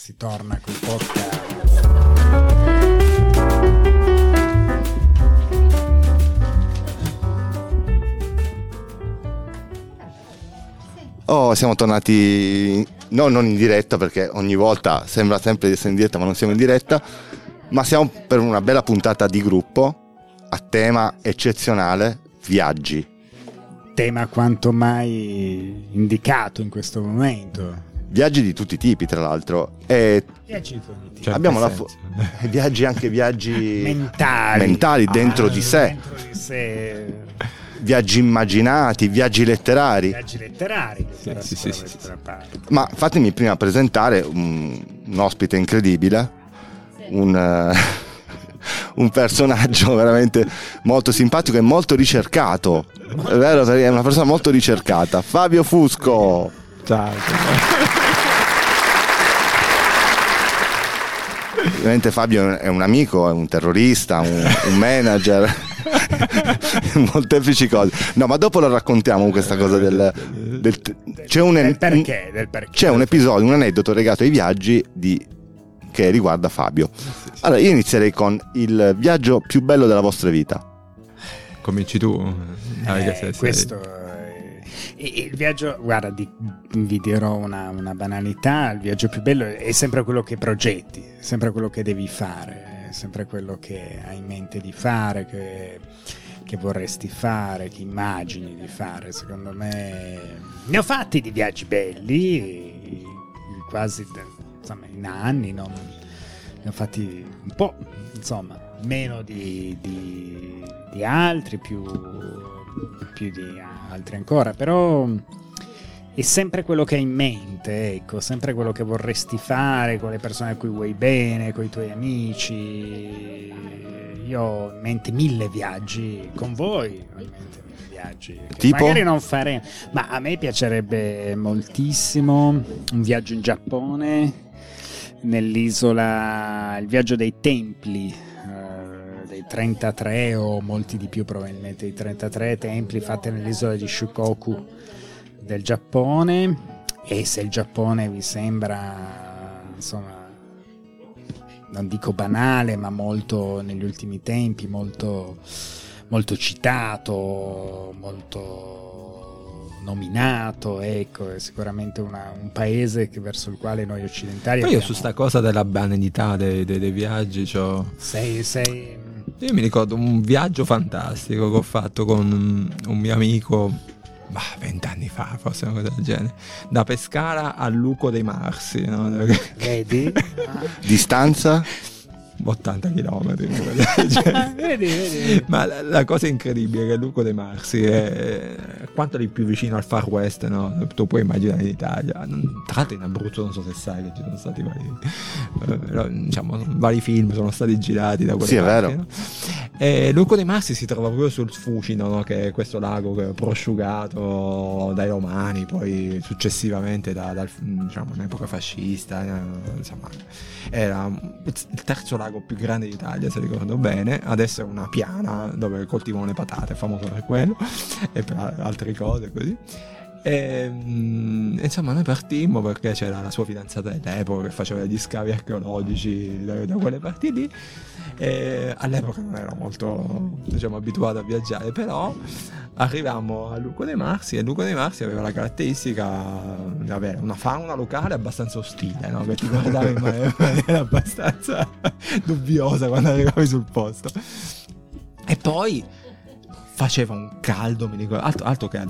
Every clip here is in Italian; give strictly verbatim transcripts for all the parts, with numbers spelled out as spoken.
si torna col podcast. Oh, siamo tornati, no, non in diretta, perché ogni volta sembra sempre di essere in diretta, ma non siamo in diretta, ma siamo per una bella puntata di gruppo a tema eccezionale, viaggi. Tema quanto mai indicato in questo momento. Viaggi di tutti i tipi, tra l'altro. E viaggi di tutti i tipi. Cioè, abbiamo la fo- viaggi anche viaggi mentali, mentali dentro ah, di sé. Dentro di sé. Viaggi immaginati, viaggi letterari. Viaggi letterari. Sì, sì, sì, sì, sì. Ma fatemi prima presentare un, un ospite incredibile, un, uh, un personaggio veramente molto simpatico e molto ricercato. È vero, perché è una persona molto ricercata. Fabio Fusco. Ciao. Ovviamente Fabio è un amico, è un terrorista, un, un manager, molteplici cose. No, ma dopo lo raccontiamo questa cosa del, del c'è un, del perché, del perché. C'è un episodio, un aneddoto legato ai viaggi di, che riguarda Fabio. Allora, io inizierei con il viaggio più bello della vostra vita. Cominci tu? Eh, questo il viaggio, guarda, di, vi dirò una, una banalità, il viaggio più bello è sempre quello che progetti, è sempre quello che devi fare, è sempre quello che hai in mente di fare, che, che vorresti fare, che immagini di fare. Secondo me ne ho fatti di viaggi belli, quasi insomma in anni, non, ne ho fatti un po', insomma, meno di, di, di altri, più... più di altri ancora, però è sempre quello che hai in mente, ecco, sempre quello che vorresti fare con le persone a cui vuoi bene, con i tuoi amici. Io ho in mente mille viaggi con voi, ho in mente mille viaggi che tipo? Magari non faremo, ma a me piacerebbe moltissimo un viaggio in Giappone, nell'isola, il viaggio dei templi, dei trentatré o molti di più, probabilmente i trentatré templi fatti nell'isola di Shikoku del Giappone. E se il Giappone vi sembra, insomma, non dico banale, ma molto negli ultimi tempi molto, molto citato, molto nominato, ecco, è sicuramente una, un paese che, verso il quale noi occidentali io abbiamo... su sta cosa della banalità dei, dei, dei viaggi c'ho... sei, sei... io mi ricordo un viaggio fantastico che ho fatto con un mio amico vent'anni fa, forse una cosa del genere, da Pescara a Luco dei Marsi, no? Vedi? Distanza? ottanta chilometri cioè. vedi, vedi. Ma la, la cosa incredibile è che Luco dei Marsi è quanto di più vicino al Far West, no? Tu puoi immaginare in Italia, tra l'altro in Abruzzo non so se sai che ci sono stati vari, eh, diciamo, vari film sono stati girati da quelle sì, parti, è vero, no? E Luco dei Marsi si trova proprio sul Fucino, no? Che è questo lago che è prosciugato dai romani, poi successivamente da, dal, diciamo, un'epoca fascista, eh, insomma, era il terzo lago più grande d'Italia, se ricordo bene. Adesso è una piana dove coltivano le patate, è famoso per quello e per altre cose così. E, insomma, noi partimmo perché c'era la sua fidanzata dell'epoca che faceva gli scavi archeologici da, da quelle parti lì. E all'epoca non ero molto, diciamo, abituato a viaggiare, però arrivammo a Luco dei Marsi e Luco dei Marsi aveva la caratteristica di avere una fauna locale abbastanza ostile, no? Che ti guardava in maniera abbastanza dubbiosa quando arrivavi sul posto. E poi faceva un caldo, mi ricordo, altro, altro che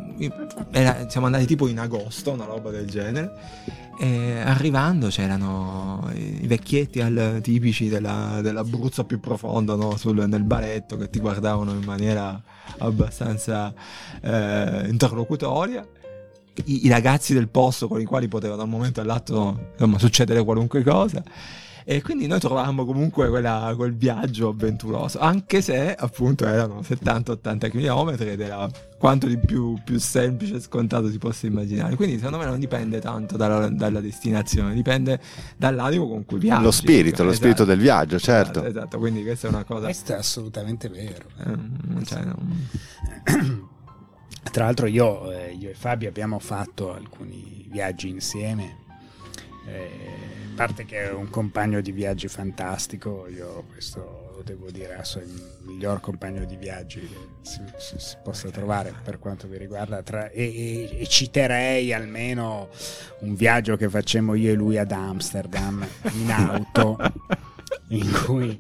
era, siamo andati tipo in agosto, una roba del genere. E arrivando c'erano i vecchietti al, tipici della, dell'Abruzzo più profondo, no? Sul, nel baretto, che ti guardavano in maniera abbastanza eh, interlocutoria. I, i ragazzi del posto con i quali poteva da un momento all'altro, insomma, succedere qualunque cosa. E quindi noi trovavamo comunque quella, quel viaggio avventuroso, anche se appunto erano settanta ottanta chilometri ed era quanto di più, più semplice e scontato si possa immaginare. Quindi secondo me non dipende tanto dalla, dalla destinazione, dipende dall'animo con cui viaggi. Lo spirito, lo esatto. spirito del viaggio, certo. Esatto, esatto, quindi questa è una cosa... Questo è assolutamente vero. Eh, cioè, non... Tra l'altro io, eh, io e Fabio abbiamo fatto alcuni viaggi insieme, eh, parte che è un compagno di viaggi fantastico, io questo lo devo dire, è il miglior compagno di viaggi che si, si, si possa trovare per quanto mi riguarda, tra, e, e, e citerei almeno un viaggio che facemmo io e lui ad Amsterdam in auto, in cui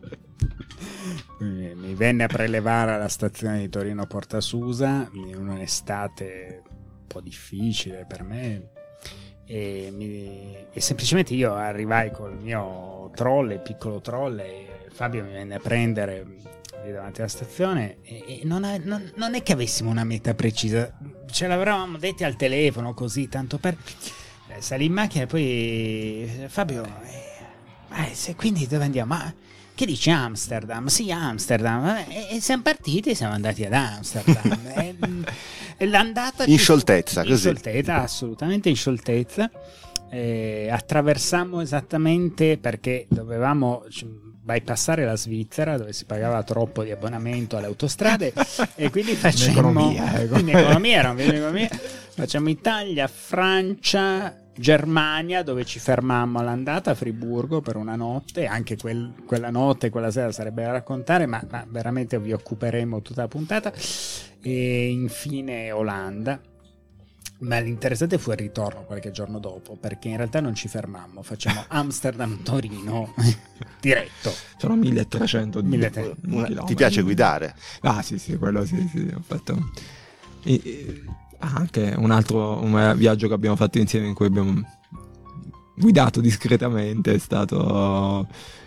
mi venne a prelevare alla stazione di Torino Porta Susa in un'estate un po' difficile per me, e, mi, e semplicemente io arrivai col mio trolley, piccolo trolley, e Fabio mi venne a prendere lì davanti alla stazione, e, e non, è, non, non è che avessimo una meta precisa, ce l'avevamo detti al telefono così tanto per eh, salì in macchina, e poi Fabio eh, eh, se, quindi dove andiamo? Ma che dici, Amsterdam? Sì, Amsterdam. E, e siamo partiti, siamo andati ad Amsterdam. e, e l'andata in scioltezza, in così. Scioltezza, assolutamente in scioltezza. E attraversammo esattamente perché dovevamo bypassare la Svizzera, dove si pagava troppo di abbonamento alle autostrade, e quindi facciamo economia, ecco. in economia, era un video di economia. Facciamo Italia, Francia, Germania, dove ci fermammo all'andata a Friburgo per una notte, anche quel, quella notte, quella sera sarebbe da raccontare, ma, ma veramente vi occuperemo tutta la puntata, e infine Olanda. Ma l'interessante fu il ritorno qualche giorno dopo, perché in realtà non ci fermammo, facciamo Amsterdam-Torino diretto. Sono milletrecento milletrecento Una, ti piace guidare? Ah sì sì, quello sì, sì, ho fatto e, e, anche un altro un viaggio che abbiamo fatto insieme in cui abbiamo guidato discretamente è stato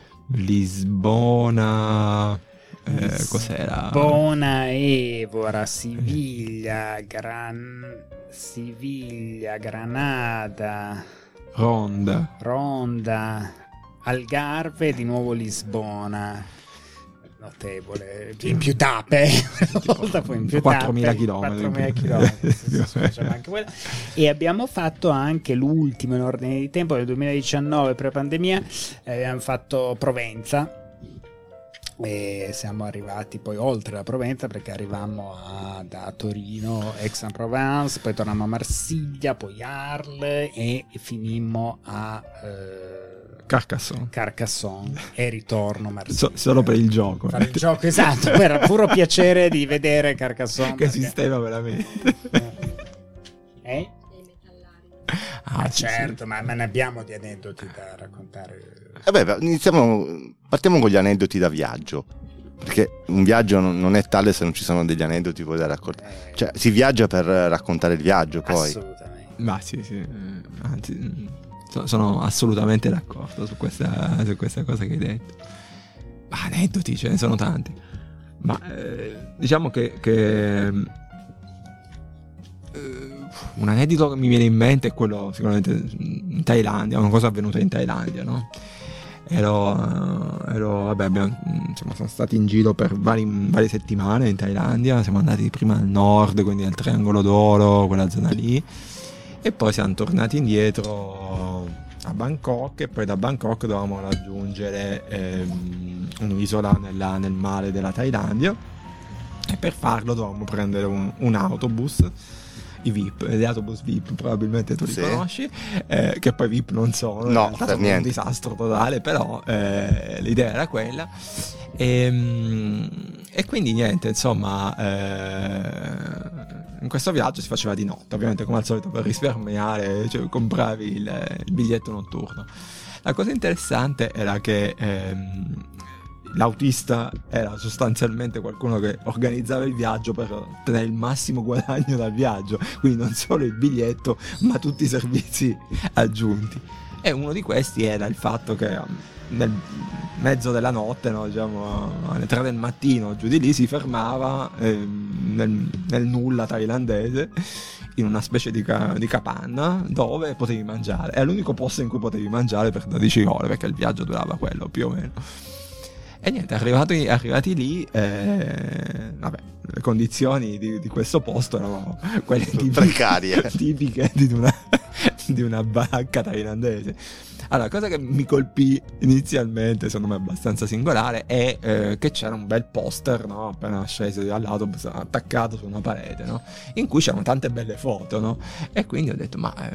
Lisbona, eh, cos'era? Lisbona, Evora, Siviglia, Gran... Siviglia, Granada, Ronda, Ronda, Algarve, di nuovo Lisbona. Notevole, in più tappe, volta poi in più quattromila tappe, chilometri. quattromila chilometri, sì, sì, anche quella. E abbiamo fatto anche l'ultimo in ordine di tempo del duemiladiciannove, pre-pandemia, eh, abbiamo fatto Provenza. E siamo arrivati poi oltre la Provenza, perché arrivammo a, da Torino, Aix-en-Provence, poi tornammo a Marsiglia, poi Arles, e finimmo a eh, Carcassonne. Carcassonne e ritorno Marsiglia. So, solo per il gioco. Per il gioco, esatto, per puro piacere di vedere Carcassonne. Che perché... sistema veramente. Eh? Ah, Ah, sì, certo, sì. Ma, ma ne abbiamo di aneddoti da raccontare. Vabbè, iniziamo, partiamo con gli aneddoti da viaggio, perché un viaggio non, non è tale se non ci sono degli aneddoti poi da raccontare. Cioè, si viaggia per raccontare il viaggio, poi. Assolutamente. Ma sì, sì. Anzi, so, sono assolutamente d'accordo su questa, su questa cosa che hai detto. Ma aneddoti ce ne sono tanti. Ma eh, diciamo che, che eh, un aneddoto che mi viene in mente è quello sicuramente in Thailandia, una cosa avvenuta in Thailandia, no? Ero, ero vabbè, abbiamo, insomma, sono stati in giro per vari, varie settimane in Thailandia, siamo andati prima al nord, quindi al Triangolo d'Oro, quella zona lì, e poi siamo tornati indietro a Bangkok, e poi da Bangkok dovevamo raggiungere ehm, un'isola nella, nel mare della Thailandia, e per farlo dovevamo prendere un, un autobus, i V I P, gli autobus V I P probabilmente tu li sì. conosci, eh, che poi V I P non sono, no, in realtà per sono niente. un disastro totale, però eh, l'idea era quella, e, e quindi niente, insomma, eh, in questo viaggio si faceva di notte, ovviamente come al solito per risparmiare, cioè, compravi il, il biglietto notturno. La cosa interessante era che ehm, l'autista era sostanzialmente qualcuno che organizzava il viaggio per ottenere il massimo guadagno dal viaggio, quindi non solo il biglietto ma tutti i servizi aggiunti, e uno di questi era il fatto che nel mezzo della notte, no, diciamo alle tre del mattino giù di lì, si fermava ehm, nel, nel nulla thailandese, in una specie di, ca- di capanna dove potevi mangiare, è l'unico posto in cui potevi mangiare per dodici ore, perché il viaggio durava quello più o meno. E niente, arrivati, arrivati lì, eh, vabbè, le condizioni di, di questo posto erano quelle tipiche, precarie, tipiche di una, di una baracca thailandese. Allora, cosa che mi colpì inizialmente, secondo me abbastanza singolare, è eh, che c'era un bel poster, no, appena sceso dall'autobus, attaccato su una parete, no, in cui c'erano tante belle foto, no, e quindi ho detto, ma eh,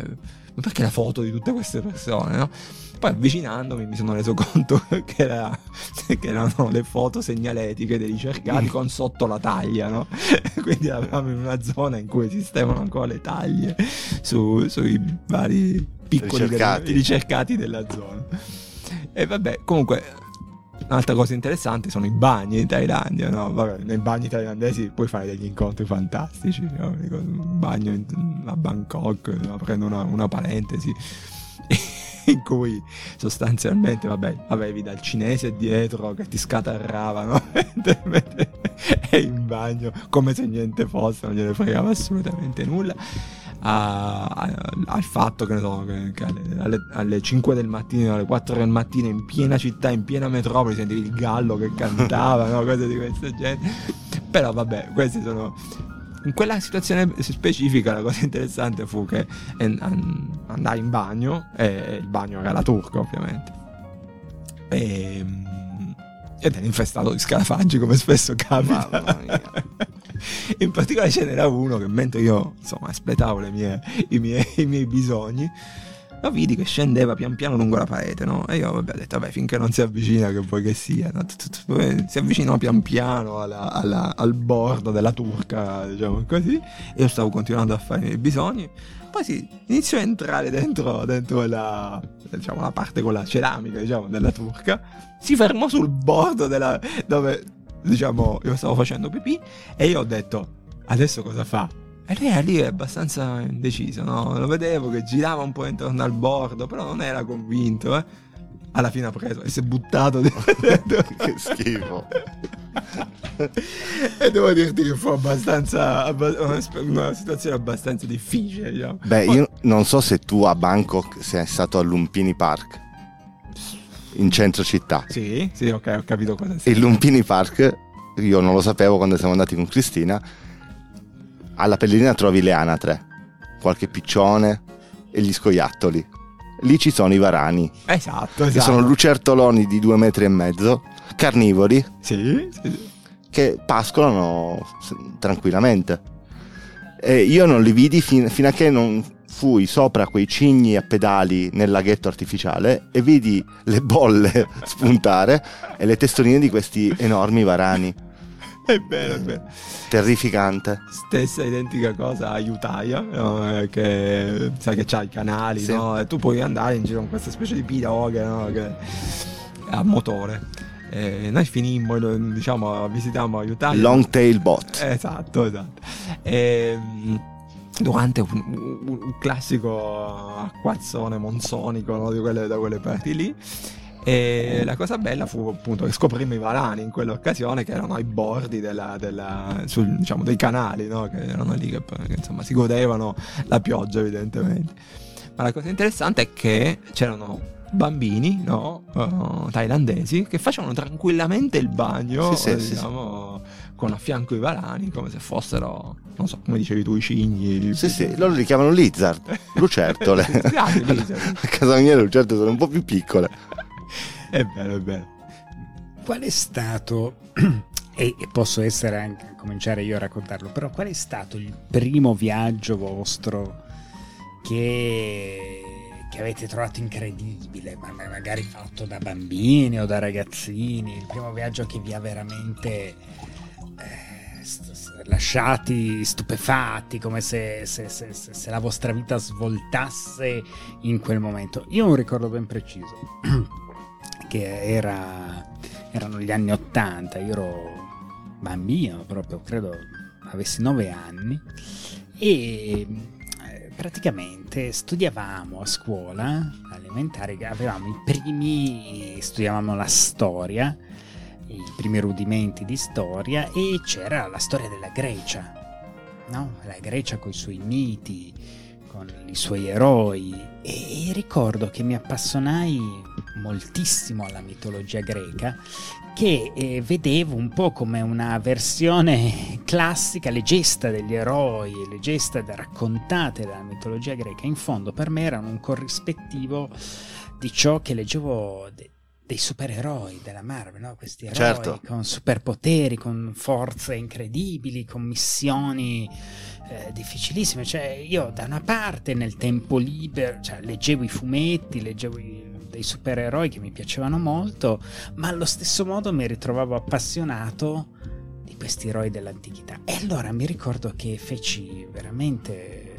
ma perché la foto di tutte queste persone, no? Poi avvicinandomi mi sono reso conto che, era, che erano le foto segnaletiche dei ricercati con sotto la taglia, no? Quindi eravamo in una zona in cui esistevano ancora le taglie su, sui vari piccoli ricercati. Delle, ricercati della zona. E vabbè, comunque un'altra cosa interessante sono i bagni in Thailandia, no? Vabbè, nei bagni thailandesi puoi fare degli incontri fantastici, no? Un bagno in, a Bangkok, no? Prendo una, una parentesi in cui sostanzialmente, vabbè, avevi dal cinese dietro che ti scatarrava, no? E in bagno come se niente fosse, non gliene fregava assolutamente nulla. A, a, al fatto che, ne so, che, che alle, alle, alle cinque del mattino, alle quattro del mattino in piena città, in piena metropoli sentivi il gallo che cantava, no? Cose di questo genere. Però vabbè, questi sono, in quella situazione specifica la cosa interessante fu che andai in bagno, e il bagno era la turca ovviamente, e, ed era infestato di scarafaggi come spesso capita. Mamma mia. In particolare ce n'era uno che mentre io insomma espletavo le mie, i, miei, i miei bisogni, lo vidi che scendeva pian piano lungo la parete, no? E io vabbè, ho detto vabbè, finché non si avvicina, che vuoi che sia, no? Si avvicinò pian piano alla, alla, al bordo della turca, diciamo così, e io stavo continuando a fare i miei bisogni. Poi si iniziò a entrare dentro, dentro la, diciamo, la parte con la ceramica, diciamo, della turca. Si fermò sul bordo della, dove, diciamo, io stavo facendo pipì, e io ho detto adesso cosa fa? E lui era lì abbastanza indeciso, no? Lo vedevo che girava un po' intorno al bordo, però non era convinto, eh. Alla fine ha preso e si è buttato dentro. Che schifo. E devo dirti che fu abbastanza una situazione abbastanza difficile, diciamo. Beh, io non so se tu a Bangkok sei stato al Lumpini Park in centro città. Sì, sì, ok, ho capito cosa sei. Il Lumpini Park, io non lo sapevo quando siamo andati con Cristina. Alla Pellina trovi le anatre, qualche piccione e gli scoiattoli. Lì ci sono i varani. Esatto, esatto. Che sono lucertoloni di due metri e mezzo, carnivori, sì, sì, che pascolano tranquillamente. E io non li vidi fin- fino a che non fui sopra quei cigni a pedali nel laghetto artificiale e vidi le bolle spuntare e le testoline di questi enormi varani. È vero, è vero. Terrificante. Stessa identica cosa a Ayutthaya, no? Che sai che c'ha i canali, sì, no? E tu puoi andare in giro con questa specie di piloghe, no? Che a motore. E noi finimmo, diciamo, visitammo Ayutthaya. Long tail boat. Esatto, esatto. E durante un, un, un classico acquazzone monsonico, no? Di quelle, da quelle parti lì. E la cosa bella fu appunto che scoprimmo i varani in quell'occasione, che erano ai bordi della, della, sul, diciamo, dei canali, no? Che erano lì che, che insomma si godevano la pioggia evidentemente. Ma la cosa interessante è che c'erano bambini, no? uh, thailandesi che facevano tranquillamente il bagno, sì, sì, diciamo, sì, con a fianco i varani, come se fossero, non so, come dicevi tu, i cigni. Sì, sì, loro li chiamano lizard, lucertole. Sì, lizard. A casa mia le lucerte sono un po' più piccole. È bello, è bello. Qual è stato, e posso essere anche, cominciare io a raccontarlo, però qual è stato il primo viaggio vostro che, che avete trovato incredibile, ma magari fatto da bambini o da ragazzini, il primo viaggio che vi ha veramente eh, st- lasciati stupefatti, come se, se, se, se, se la vostra vita svoltasse in quel momento? Io ho un ricordo ben preciso, che era, erano gli anni ottanta, io ero bambino proprio, credo avessi nove anni, e praticamente studiavamo a scuola elementare, avevamo i primi, studiavamo la storia, i primi rudimenti di storia, e c'era la storia della Grecia, no? La Grecia con i suoi miti, con i suoi eroi, e ricordo che mi appassionai moltissimo alla mitologia greca, che eh, vedevo un po' come una versione classica, le gesta degli eroi, le gesta raccontate dalla mitologia greca, in fondo per me erano un corrispettivo di ciò che leggevo de- dei supereroi della Marvel, no? Questi eroi certo. con superpoteri, con forze incredibili, con missioni eh, difficilissime. Cioè, io da una parte nel tempo libero, cioè, leggevo i fumetti, leggevo i, dei supereroi che mi piacevano molto, ma allo stesso modo mi ritrovavo appassionato di questi eroi dell'antichità. E allora mi ricordo che feci veramente,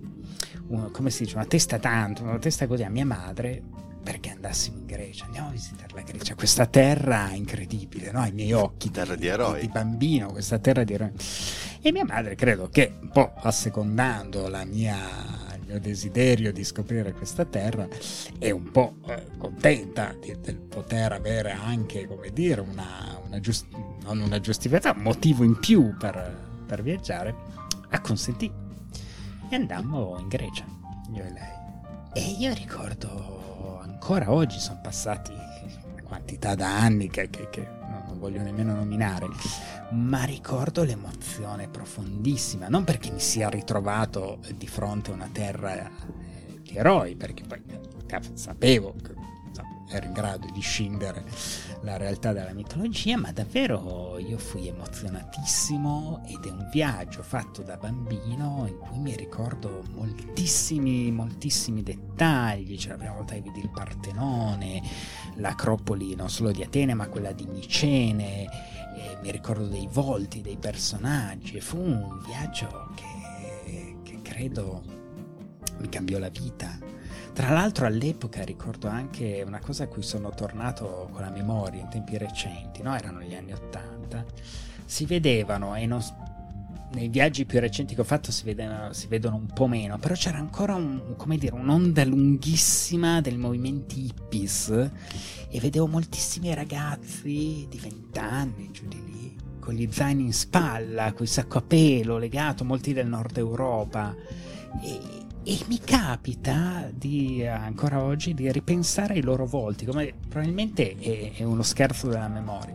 uno, come si dice, una testa tanto, una testa così a mia madre, perché andassimo in Grecia, andiamo a visitare la Grecia, questa terra incredibile, no? Ai miei occhi, terra di, di eroi, di bambino, questa terra di eroi. E mia madre, credo che un po' assecondando la mia, il mio desiderio di scoprire questa terra, è un po' eh, contenta di, del poter avere anche, come dire, una, una giust- non una giustificazione, un motivo in più per, per viaggiare, acconsentì e andammo in Grecia, io e lei. E io ricordo, ancora oggi sono passati una quantità d'anni che, che, che non voglio nemmeno nominare, ma ricordo l'emozione profondissima, non perché mi sia ritrovato di fronte a una terra di eroi, perché poi sapevo che ero in grado di scindere la realtà dalla mitologia, ma davvero io fui emozionatissimo, ed è un viaggio fatto da bambino in cui mi ricordo moltissimi moltissimi dettagli. Cioè, la prima volta che vidi il Partenone, l'acropoli non solo di Atene ma quella di Micene, e mi ricordo dei volti dei personaggi, e fu un viaggio che, che credo mi cambiò la vita. Tra l'altro all'epoca ricordo anche una cosa a cui sono tornato con la memoria in tempi recenti, no? Erano gli anni Ottanta, si vedevano, e non, nei viaggi più recenti che ho fatto si vedono, si vedono un po' meno, però c'era ancora un, come dire, un'onda lunghissima del movimento hippies, e vedevo moltissimi ragazzi di vent'anni giù di lì, con gli zaini in spalla, con il sacco a pelo legato, molti del nord Europa, e E mi capita di ancora oggi di ripensare ai loro volti, come probabilmente è, è uno scherzo della memoria.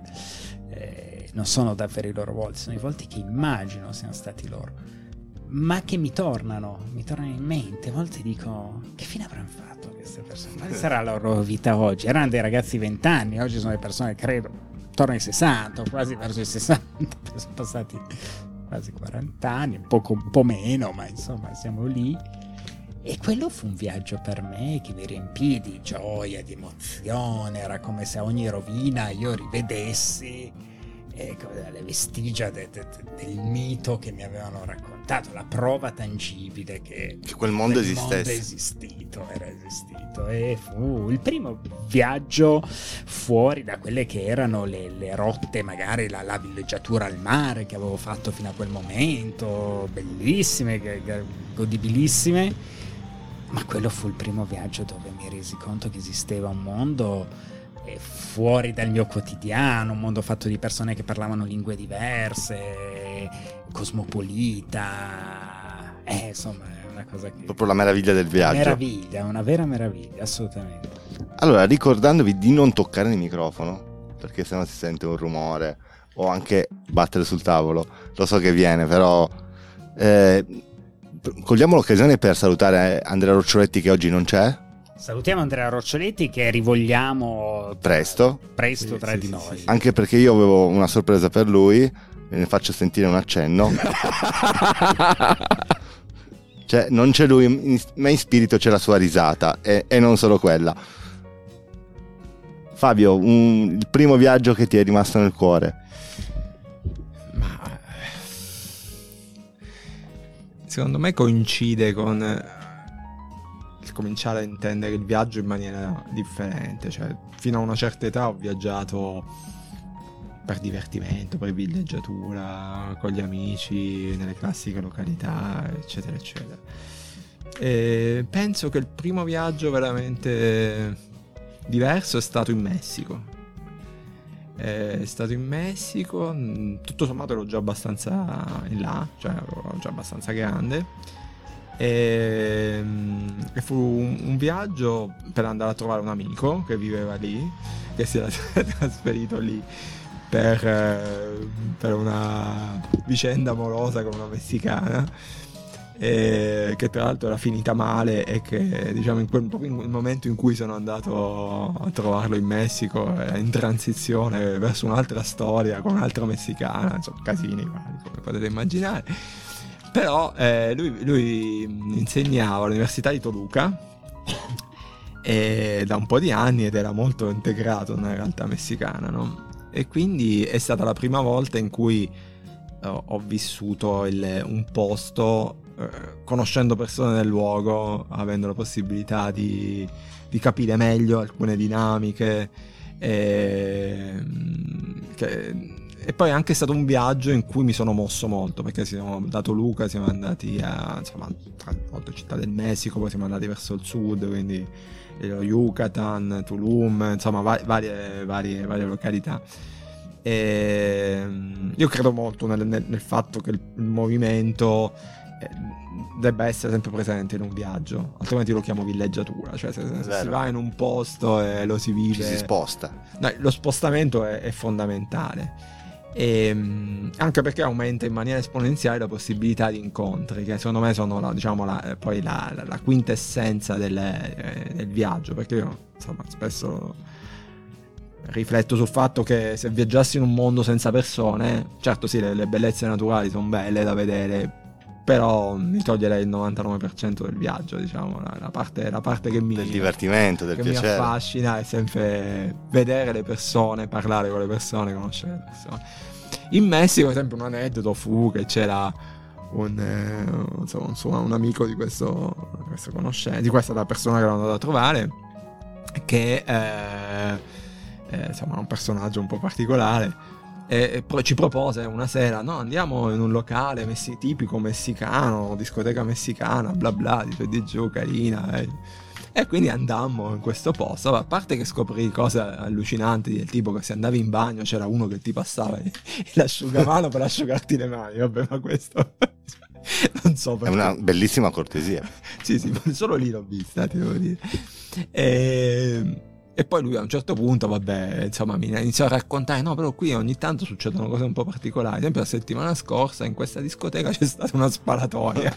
Eh, non sono davvero i loro volti, sono i volti che immagino siano stati loro, ma che mi tornano, mi tornano in mente. A volte dico: che fine avranno fatto queste persone? Quale sarà la loro vita oggi? Erano dei ragazzi di venti anni, oggi sono le persone, credo, attorno ai sessanta, quasi verso i sessanta, sono passati quasi quaranta anni, un po', un po' meno, ma insomma siamo lì. E quello fu un viaggio per me che mi riempì di gioia, di emozione. Era come se a ogni rovina io rivedessi eh, le vestigia de, de, de, del mito che mi avevano raccontato, la prova tangibile che, che quel mondo quel esistesse. Mondo esistito, era esistito. E fu il primo viaggio fuori da quelle che erano le, le rotte, magari la, la villeggiatura al mare che avevo fatto fino a quel momento, bellissime, godibilissime. Ma quello fu il primo viaggio dove mi resi conto che esisteva un mondo fuori dal mio quotidiano, un mondo fatto di persone che parlavano lingue diverse, cosmopolita. Eh, insomma, è una cosa che... Proprio la meraviglia del viaggio. Meraviglia, una vera meraviglia, assolutamente. Allora, ricordandovi di non toccare il microfono, perché sennò si sente un rumore, o anche battere sul tavolo. Lo so che viene, però... Eh, cogliamo l'occasione per salutare Andrea Roccioletti, che oggi non c'è. Salutiamo Andrea Roccioletti, che rivogliamo presto presto sì, tra sì, di sì, noi. sì. Anche perché io avevo una sorpresa per lui, ve ne faccio sentire un accenno. Cioè, non c'è lui, ma in spirito c'è la sua risata, e, e non solo quella. Fabio, un, il primo viaggio che ti è rimasto nel cuore? Secondo me coincide con il cominciare a intendere il viaggio in maniera differente. Cioè, fino a una certa età ho viaggiato per divertimento, per villeggiatura, con gli amici, nelle classiche località, eccetera, eccetera. E penso che il primo viaggio veramente diverso è stato in Messico. È stato in Messico, tutto sommato ero già abbastanza in là, cioè ero già abbastanza grande, e, e fu un, un viaggio per andare a trovare un amico che viveva lì, che si era trasferito lì per, per una vicenda amorosa con una messicana, E che tra l'altro era finita male e che diciamo in quel, proprio in quel momento in cui sono andato a trovarlo in Messico, era in transizione verso un'altra storia con un'altra messicana, insomma casini vari come potete immaginare. Però eh, lui, lui insegnava all'Università di Toluca e da un po' di anni ed era molto integrato nella realtà messicana, no? E quindi è stata la prima volta in cui uh, ho vissuto il, un posto uh, conoscendo persone del luogo, avendo la possibilità di, di capire meglio alcune dinamiche e, che, e poi è anche stato un viaggio in cui mi sono mosso molto, perché siamo da Toluca siamo andati a insomma, tra molte città del Messico, poi siamo andati verso il sud, quindi lo Yucatan, Tulum, insomma va- varie, varie, varie località. E io credo molto nel, nel, nel fatto che il, il movimento debba essere sempre presente in un viaggio, altrimenti lo chiamo villeggiatura, cioè se, se si va in un posto e lo si vive, ci si sposta. No, lo spostamento è, è fondamentale. E, anche perché aumenta in maniera esponenziale la possibilità di incontri, che secondo me sono la, diciamo, la, poi la, la, la quintessenza del, eh, del viaggio, perché io insomma spesso rifletto sul fatto che se viaggiassi in un mondo senza persone, certo sì, le, le bellezze naturali sono belle da vedere, però mi toglierei il novantanove per cento del viaggio, diciamo, la, la, parte, la parte che mi del divertimento, del che piacere, mi affascina è sempre vedere le persone, parlare con le persone, conoscere le persone. In Messico, ad esempio, un aneddoto fu che c'era un, eh, insomma, insomma, un amico di questo, questo conoscente, di questa persona che ero andato a trovare, che eh, eh, insomma, un personaggio un po' particolare. E poi ci propose una sera, no, andiamo in un locale messi- tipico messicano, discoteca messicana, bla bla, di su di giù, carina, eh. E quindi andammo in questo posto. A parte che scoprì cose allucinanti, del tipo che se andavi in bagno c'era uno che ti passava l'asciugamano per asciugarti le mani. Vabbè, ma questo non so perché. È una bellissima cortesia. Sì, sì, solo lì l'ho vista, ti devo dire. E... E poi lui a un certo punto, vabbè, insomma, mi iniziò a raccontare, no, però qui ogni tanto succedono cose un po' particolari. Ad esempio la settimana scorsa in questa discoteca c'è stata una sparatoria.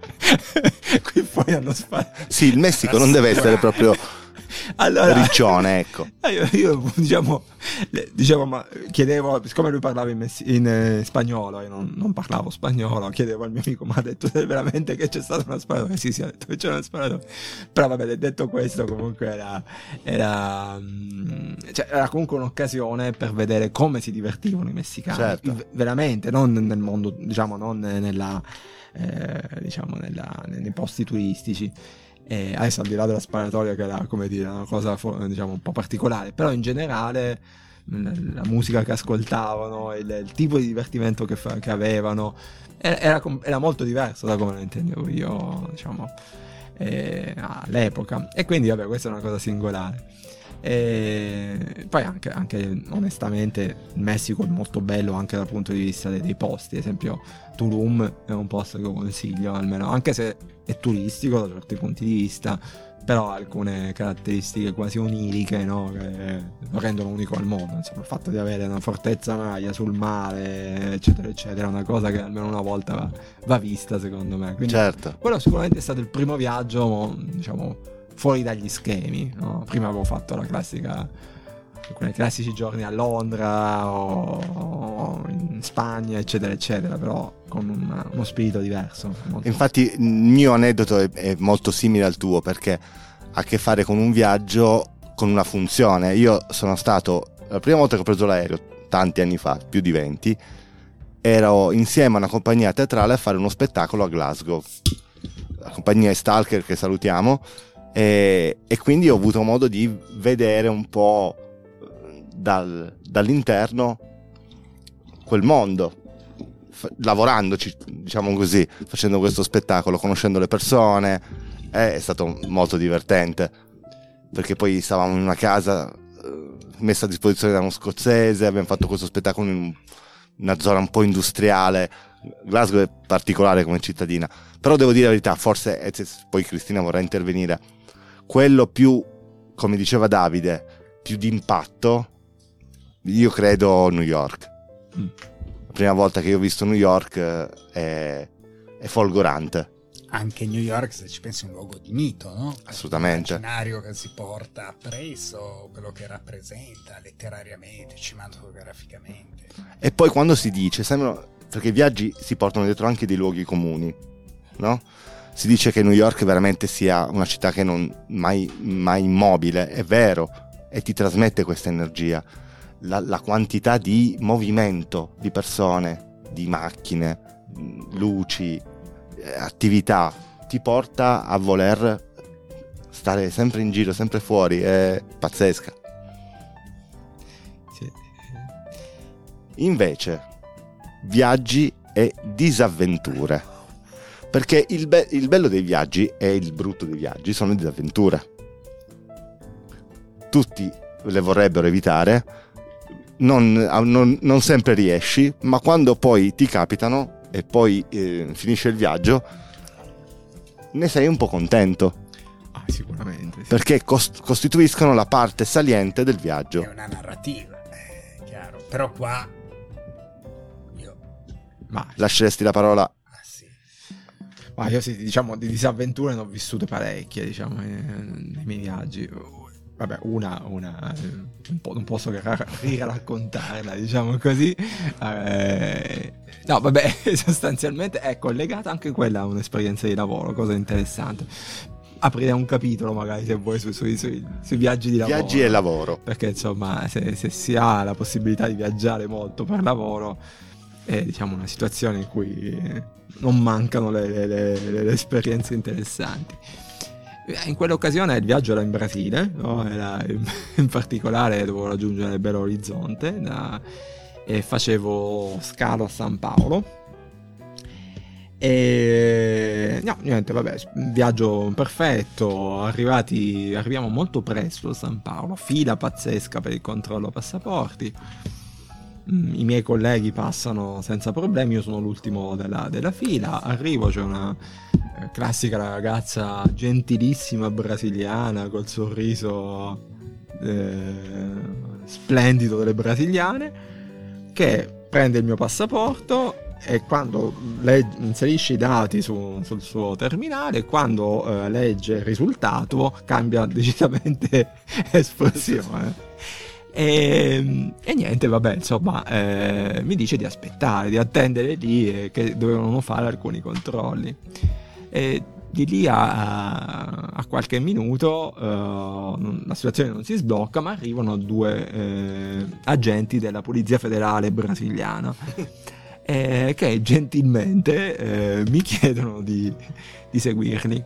Qui poi hanno sparato. Sì, il Messico non deve essere proprio allora, riccione, ecco. Io, io diciamo, diciamo, ma chiedevo, siccome lui parlava in, messi, in eh, spagnolo, io non, non parlavo spagnolo, chiedevo al mio amico, ma ha detto veramente che c'è stata una sparatoria? Sì, sì, ha detto che c'era una sparatoria. Però vabbè, detto questo, comunque era, era, cioè, era comunque un'occasione per vedere come si divertivano i messicani. Certo. Veramente, non nel mondo, diciamo, non nella, eh, diciamo, nella, nei posti turistici. E adesso al di là della sparatoria che era, come dire, una cosa diciamo un po' particolare, però in generale la musica che ascoltavano, il, il tipo di divertimento che, fa, che avevano era, era, era molto diverso da come lo intendevo io, diciamo, eh, all'epoca. E quindi vabbè, questa è una cosa singolare. E poi anche, anche onestamente il Messico è molto bello anche dal punto di vista dei, dei posti. Ad esempio Tulum è un posto che io consiglio, almeno, anche se è turistico da certi punti di vista, però ha alcune caratteristiche quasi oniriche, no? Che lo rendono unico al mondo. Insomma, il fatto di avere una fortezza Maya sul mare, eccetera eccetera, è una cosa che almeno una volta va, va vista, secondo me. Quindi certo, quello sicuramente è stato il primo viaggio, diciamo, fuori dagli schemi, no? Prima avevo fatto la classica, quei classici giorni a Londra o in Spagna, eccetera eccetera, però con una, uno spirito diverso. Molto... Infatti il mio aneddoto è, è molto simile al tuo, perché ha a che fare con un viaggio con una funzione. Io sono stato, la prima volta che ho preso l'aereo, tanti anni fa, più di venti, ero insieme a una compagnia teatrale a fare uno spettacolo a Glasgow. La compagnia è Stalker, che salutiamo. E, e quindi ho avuto modo di vedere un po' dal, dall'interno quel mondo, f- lavorandoci, diciamo così, facendo questo spettacolo, conoscendo le persone. Eh, è stato molto divertente, perché poi stavamo in una casa eh, messa a disposizione da uno scozzese, abbiamo fatto questo spettacolo in una zona un po' industriale. Glasgow è particolare come cittadina, però devo dire la verità, forse, e poi Cristina vorrà intervenire, quello più, come diceva Davide, più d'impatto, io credo New York. Mm. La prima volta che io ho visto New York è, è folgorante. anche New York, se ci pensi, è un luogo di mito, no? Assolutamente. L'immaginario che si porta appresso, quello che rappresenta letterariamente, cinematograficamente. E poi quando si dice, sembrano, perché i viaggi si portano dietro anche dei luoghi comuni, no? Si dice che New York veramente sia una città che non mai, mai immobile, è vero, e ti trasmette questa energia. La, la quantità di movimento di persone, di macchine, luci, attività ti porta a voler stare sempre in giro, sempre fuori, è pazzesca. Sì. Invece viaggi e disavventure, perché il, be- il bello dei viaggi e il brutto dei viaggi sono le disavventure. Tutti le vorrebbero evitare, non, non, non sempre riesci, ma quando poi ti capitano e poi eh, finisce il viaggio, ne sei un po' contento. Ah, sicuramente. Sì. Perché cost- costituiscono la parte saliente del viaggio. È una narrativa, è chiaro. Però qua io... Ma, Lasceresti la parola? Ah, sì. ma io sì, diciamo, di disavventure ne ho vissute parecchie, diciamo, nei miei viaggi. Vabbè, una, una un po', non posso che riraccontarla, diciamo così. Eh, no, vabbè, sostanzialmente è collegata anche quella a un'esperienza di lavoro, cosa interessante. Aprire un capitolo magari, se vuoi, sui, sui, sui, sui viaggi di lavoro. Viaggi e lavoro. Perché insomma, se, se si ha la possibilità di viaggiare molto per lavoro, è, diciamo, una situazione in cui non mancano le, le, le, le esperienze interessanti. In quell'occasione il viaggio era in Brasile, no? Era, in particolare dovevo raggiungere Belo Horizonte da, e facevo scalo a San Paolo. E no, niente, vabbè, viaggio perfetto, arrivati, arriviamo molto presto a San Paolo, fila pazzesca per il controllo passaporti. I miei colleghi passano senza problemi, io sono l'ultimo della, della fila, arrivo, c'è una eh, classica ragazza gentilissima brasiliana col sorriso eh, splendido delle brasiliane, che prende il mio passaporto e quando le, inserisce i dati su, sul suo terminale, quando eh, legge il risultato cambia decisamente espressione. E, e niente, vabbè, insomma, eh, mi dice di aspettare, di attendere lì, eh, che dovevano fare alcuni controlli. E di lì a, a qualche minuto eh, la situazione non si sblocca, ma arrivano due eh, agenti della Polizia Federale brasiliana eh, che gentilmente eh, mi chiedono di, di seguirli.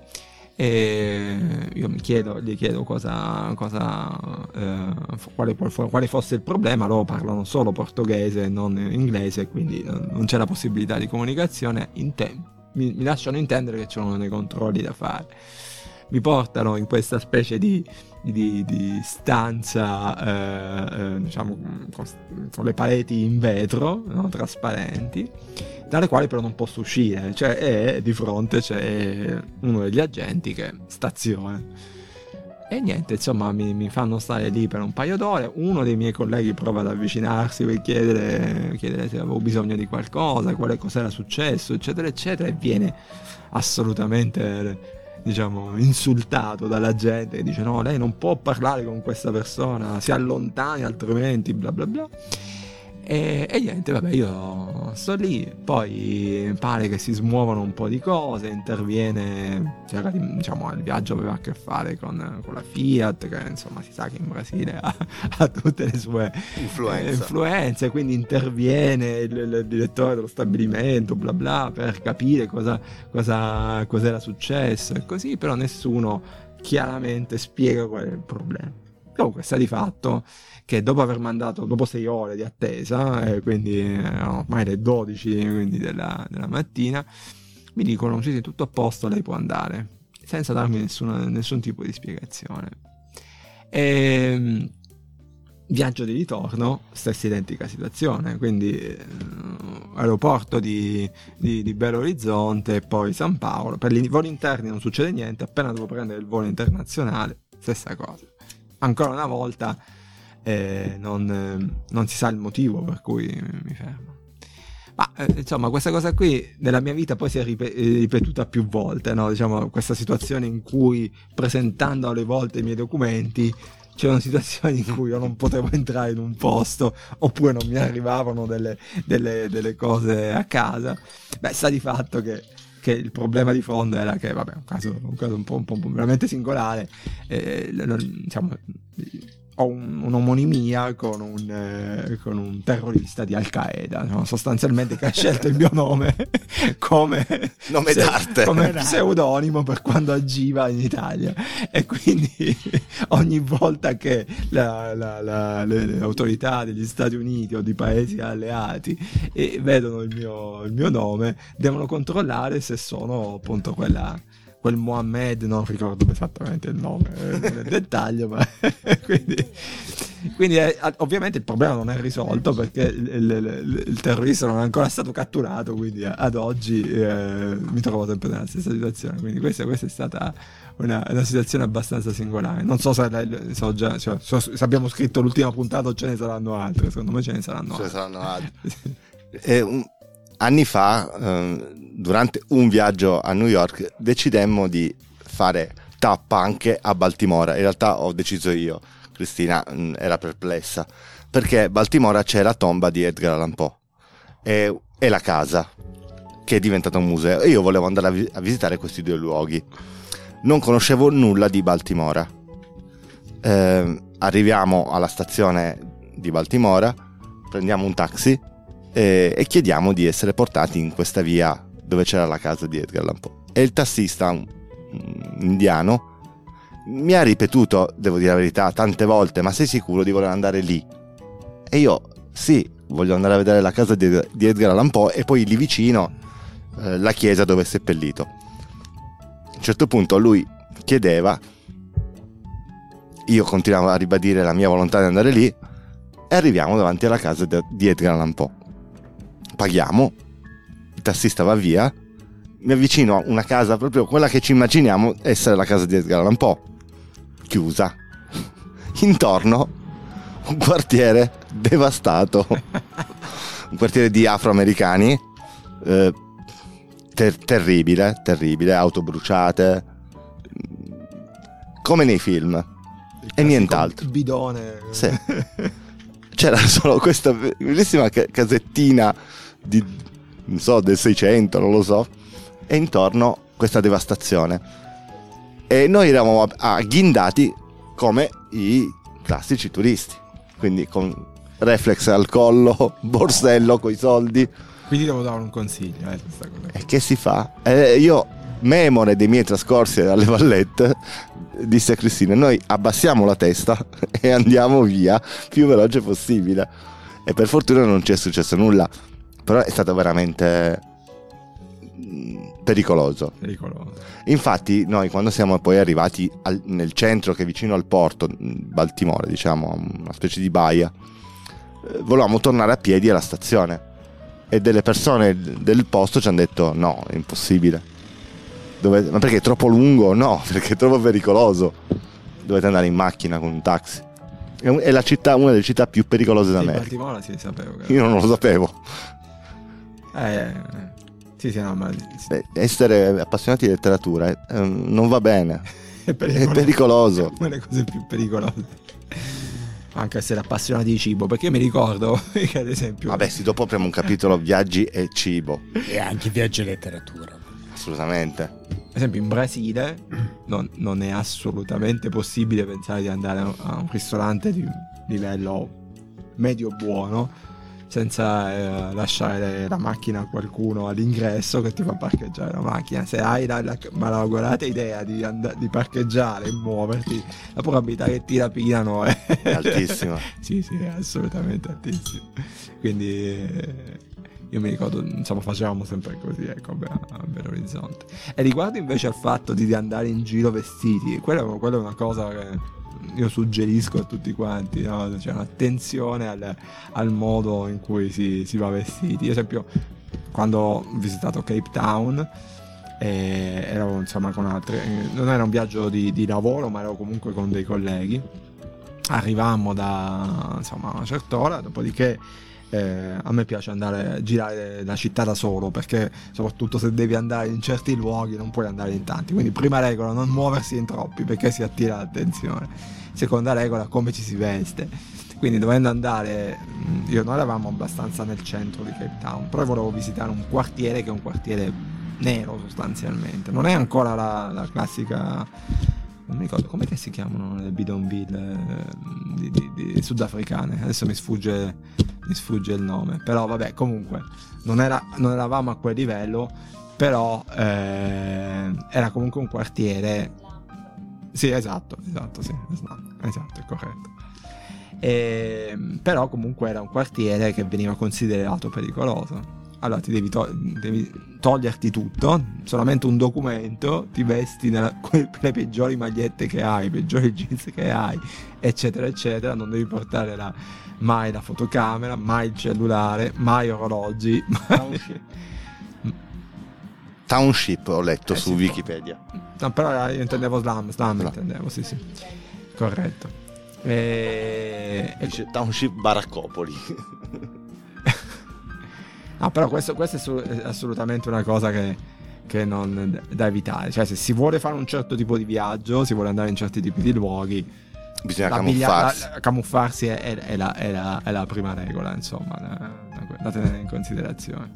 E io mi chiedo, gli chiedo cosa, cosa eh, quale, quale fosse il problema. Loro parlano solo portoghese, non inglese, quindi non c'è la possibilità di comunicazione. In te- mi, mi lasciano intendere che c'erano dei controlli da fare. Mi portano in questa specie di, di, di stanza, eh, eh, diciamo, con, con le pareti in vetro, no, trasparenti, dalle quali però non posso uscire, cioè è, di fronte c'è uno degli agenti che stazione. E niente, insomma, mi, mi fanno stare lì per un paio d'ore. Uno dei miei colleghi prova ad avvicinarsi per chiedere, chiedere se avevo bisogno di qualcosa, quale cos'era successo, eccetera, eccetera, e viene assolutamente, diciamo, insultato dalla gente che dice no, lei non può parlare con questa persona, si allontani altrimenti, bla bla bla. E, e niente, vabbè, io sto lì, poi pare che si smuovono un po' di cose, interviene, cioè, diciamo, il viaggio aveva a che fare con, con la Fiat, che insomma si sa che in Brasile ha, ha tutte le sue eh, influenze, quindi interviene il, il direttore dello stabilimento, bla bla, per capire cosa, cosa cos'era successo e così, però nessuno chiaramente spiega qual è il problema. Comunque sta di fatto che dopo aver mandato, dopo sei ore di attesa, eh, quindi erano ormai le dodici quindi della, della mattina, mi dicono sì sì, tutto a posto, lei può andare, senza darmi nessuna, nessun tipo di spiegazione. E, viaggio di ritorno, stessa identica situazione, quindi eh, aeroporto di, di, di Belo Horizonte e poi San Paolo. Per i voli interni non succede niente, appena devo prendere il volo internazionale, stessa cosa. Ancora una volta eh, non, eh, non si sa il motivo per cui mi fermo. Ma eh, insomma, questa cosa qui nella mia vita poi si è rip- ripetuta più volte, no? Diciamo, questa situazione in cui, presentando alle volte i miei documenti, c'erano situazioni in cui io non potevo entrare in un posto, oppure non mi arrivavano delle, delle, delle cose a casa. Beh, sta di fatto che, che il problema di fondo era che, vabbè, un caso un, caso un, po', un po' veramente singolare, eh, diciamo, ho un, un'omonimia con un, eh, con un terrorista di Al Qaeda, no? Sostanzialmente, che ha scelto il mio nome come nome se, d'arte, come pseudonimo per quando agiva in Italia, e quindi ogni volta che la, la, la, le, le autorità degli Stati Uniti o di paesi alleati e vedono il mio, il mio nome, devono controllare se sono appunto quella quel Mohammed, non ricordo esattamente il nome nel dettaglio, ma quindi, quindi è, ovviamente il problema non è risolto, perché il, il, il terrorista non è ancora stato catturato, quindi ad oggi eh, mi trovo sempre nella stessa situazione. Quindi questa, questa è stata una, una situazione abbastanza singolare. Non so se, so già, cioè, so, se abbiamo scritto l'ultima puntata o ce ne saranno altre. Secondo me ce ne saranno ce altre. Ne saranno altre. E un, anni fa, eh, durante un viaggio a New York, decidemmo di fare tappa anche a Baltimora. In realtà ho deciso io, Cristina mh, era perplessa, perché Baltimora c'è la tomba di Edgar Allan Poe e, e la casa, che è diventata un museo, e io volevo andare a, vi- a visitare questi due luoghi. Non conoscevo nulla di Baltimora. Eh, arriviamo alla stazione di Baltimora, prendiamo un taxi e, e chiediamo di essere portati in questa via dove c'era la casa di Edgar Allan Poe. E il tassista, un, un indiano, mi ha ripetuto, devo dire la verità, tante volte: ma sei sicuro di voler andare lì? E io, sì, voglio andare a vedere la casa di, di Edgar Allan Poe e poi lì vicino eh, la chiesa dove è seppellito. A un certo punto lui chiedeva, io continuavo a ribadire la mia volontà di andare lì, e arriviamo davanti alla casa de- di Edgar Allan Poe. Paghiamo, il tassista va via, mi avvicino a una casa, proprio quella che ci immaginiamo essere la casa di Edgar Allan Poe, chiusa. Intorno un quartiere devastato, un quartiere di afroamericani, eh, ter- terribile, terribile, auto bruciate, come nei film, e nient'altro. Bidone. Sì. C'era solo questa bellissima casettina di, non so, del seicento, non lo so, e intorno questa devastazione. E noi eravamo agghindati come i classici turisti, quindi con reflex al collo, borsello coi soldi. Quindi devo dare un consiglio, eh, questa cosa. E che si fa? Eh, io, memore dei miei trascorsi alle Vallette, disse a Cristina: noi abbassiamo la testa e andiamo via più veloce possibile. E per fortuna non ci è successo nulla, però è stato veramente pericoloso. Pericoloso. Infatti noi, quando siamo poi arrivati al, nel centro, che è vicino al porto, Baltimora, diciamo, una specie di baia, eh, volevamo tornare a piedi alla stazione, e delle persone del posto ci hanno detto: no, è impossibile. Dovete, ma perché è troppo lungo? No, perché è troppo pericoloso. Dovete andare in macchina con un taxi. È, un, è la città, una delle città più pericolose d'America. Baltimora, sì, sapevo. Che... Io non lo sapevo. Eh, eh, sì, sì, no, ma... Beh, essere appassionati di letteratura eh, non va bene. È pericoloso. È pericoloso. È una delle cose più pericolose. Anche essere appassionati di cibo, perché io mi ricordo che ad esempio... Vabbè, sì, dopo apriamo un capitolo viaggi e cibo. E anche viaggi e letteratura. Assolutamente. Ad esempio in Brasile non, non è assolutamente possibile pensare di andare a un ristorante di livello medio buono senza eh, lasciare la macchina a qualcuno all'ingresso che ti fa parcheggiare la macchina. Se hai la, la malaugurata idea di, and- di parcheggiare e muoverti, la probabilità che ti rapinano è altissima. Sì, sì, è assolutamente altissima. Quindi eh, io mi ricordo, insomma, facevamo sempre così, ecco, a Belo Horizonte. E riguardo invece al fatto di andare in giro vestiti, quella, quella è una cosa che io suggerisco a tutti quanti, no? Cioè un'attenzione al, al modo in cui si, si va vestiti. Ad esempio, quando ho visitato Cape Town, eh, ero insomma con altri, non era un viaggio di, di lavoro, ma ero comunque con dei colleghi. Arrivammo da insomma una certa ora, dopodiché Eh, a me piace andare a girare la città da solo, perché soprattutto se devi andare in certi luoghi non puoi andare in tanti, quindi prima regola non muoversi in troppi perché si attira l'attenzione, seconda regola come ci si veste, quindi dovendo andare, io noi eravamo abbastanza nel centro di Cape Town, però volevo visitare un quartiere che è un quartiere nero sostanzialmente, non è ancora la, la classica, non mi ricordo come si chiamano le bidonville di, di, di sudafricane, adesso mi sfugge mi sfugge il nome, però vabbè, comunque non, era, non eravamo a quel livello, però eh, era comunque un quartiere, sì, esatto, esatto, sì, esatto, è corretto. E, però comunque era un quartiere che veniva considerato pericoloso. Allora ti devi, to- devi toglierti tutto, solamente un documento, ti vesti nella, con le peggiori magliette che hai, i peggiori jeans che hai, eccetera eccetera, non devi portare la, mai la fotocamera, mai il cellulare, mai orologi. Township, Township ho letto eh, su sì, Wikipedia. No, però io intendevo slam, slam no. intendevo, sì sì, corretto. E... Dice Township Baraccopoli. Ah, però questo, questo è assolutamente una cosa che, che non da evitare. Cioè, se si vuole fare un certo tipo di viaggio, si vuole andare in certi tipi di luoghi, bisogna camuffarsi. La, la, camuffarsi è, è, è, la, è, la, è la prima regola, insomma, da, da tenere in considerazione.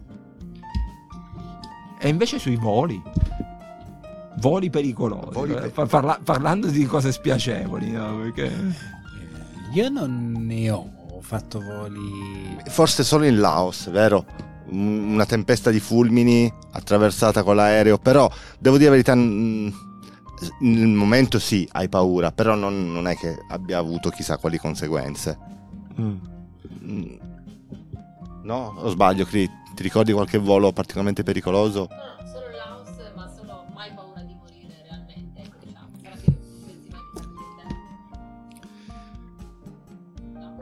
E invece sui voli, voli pericolosi, voli per... parla, parlando di cose spiacevoli, no? Perché io non ne ho fatto voli, forse solo in Laos, vero? Una tempesta di fulmini attraversata con l'aereo, però devo dire la verità, nel momento sì, hai paura, però non, non è che abbia avuto chissà quali conseguenze. mm. No? O sbaglio, Cri? Ti ricordi qualche volo particolarmente pericoloso? No, solo il Laos, ma solo mai paura di morire realmente, diciamo. Però sì, pensi mai di no.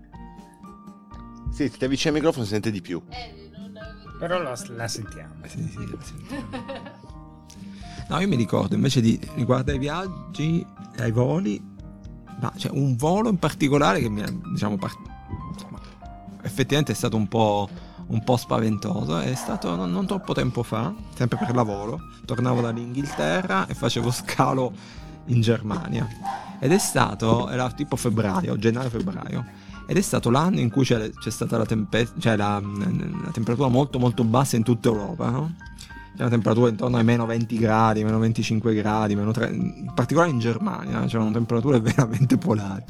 Sì, ti avvicini al microfono, si sente di più. Eh, non però la, la sentiamo. sì, sì, la sentiamo. No, io mi ricordo invece di riguardo ai viaggi, ai voli, ma c'è un volo in particolare che mi ha, diciamo, part- insomma, effettivamente è stato un po', un po' spaventoso. È stato non, non troppo tempo fa, sempre per lavoro. Tornavo dall'Inghilterra e facevo scalo in Germania. Ed è stato, era tipo febbraio, gennaio-febbraio. Ed è stato l'anno in cui c'è, c'è stata la, tempe- cioè la, la temperatura molto molto bassa in tutta Europa, no? C'è una temperatura intorno ai meno venti gradi, meno venticinque gradi, meno tre, in particolare in Germania c'erano temperature veramente polari.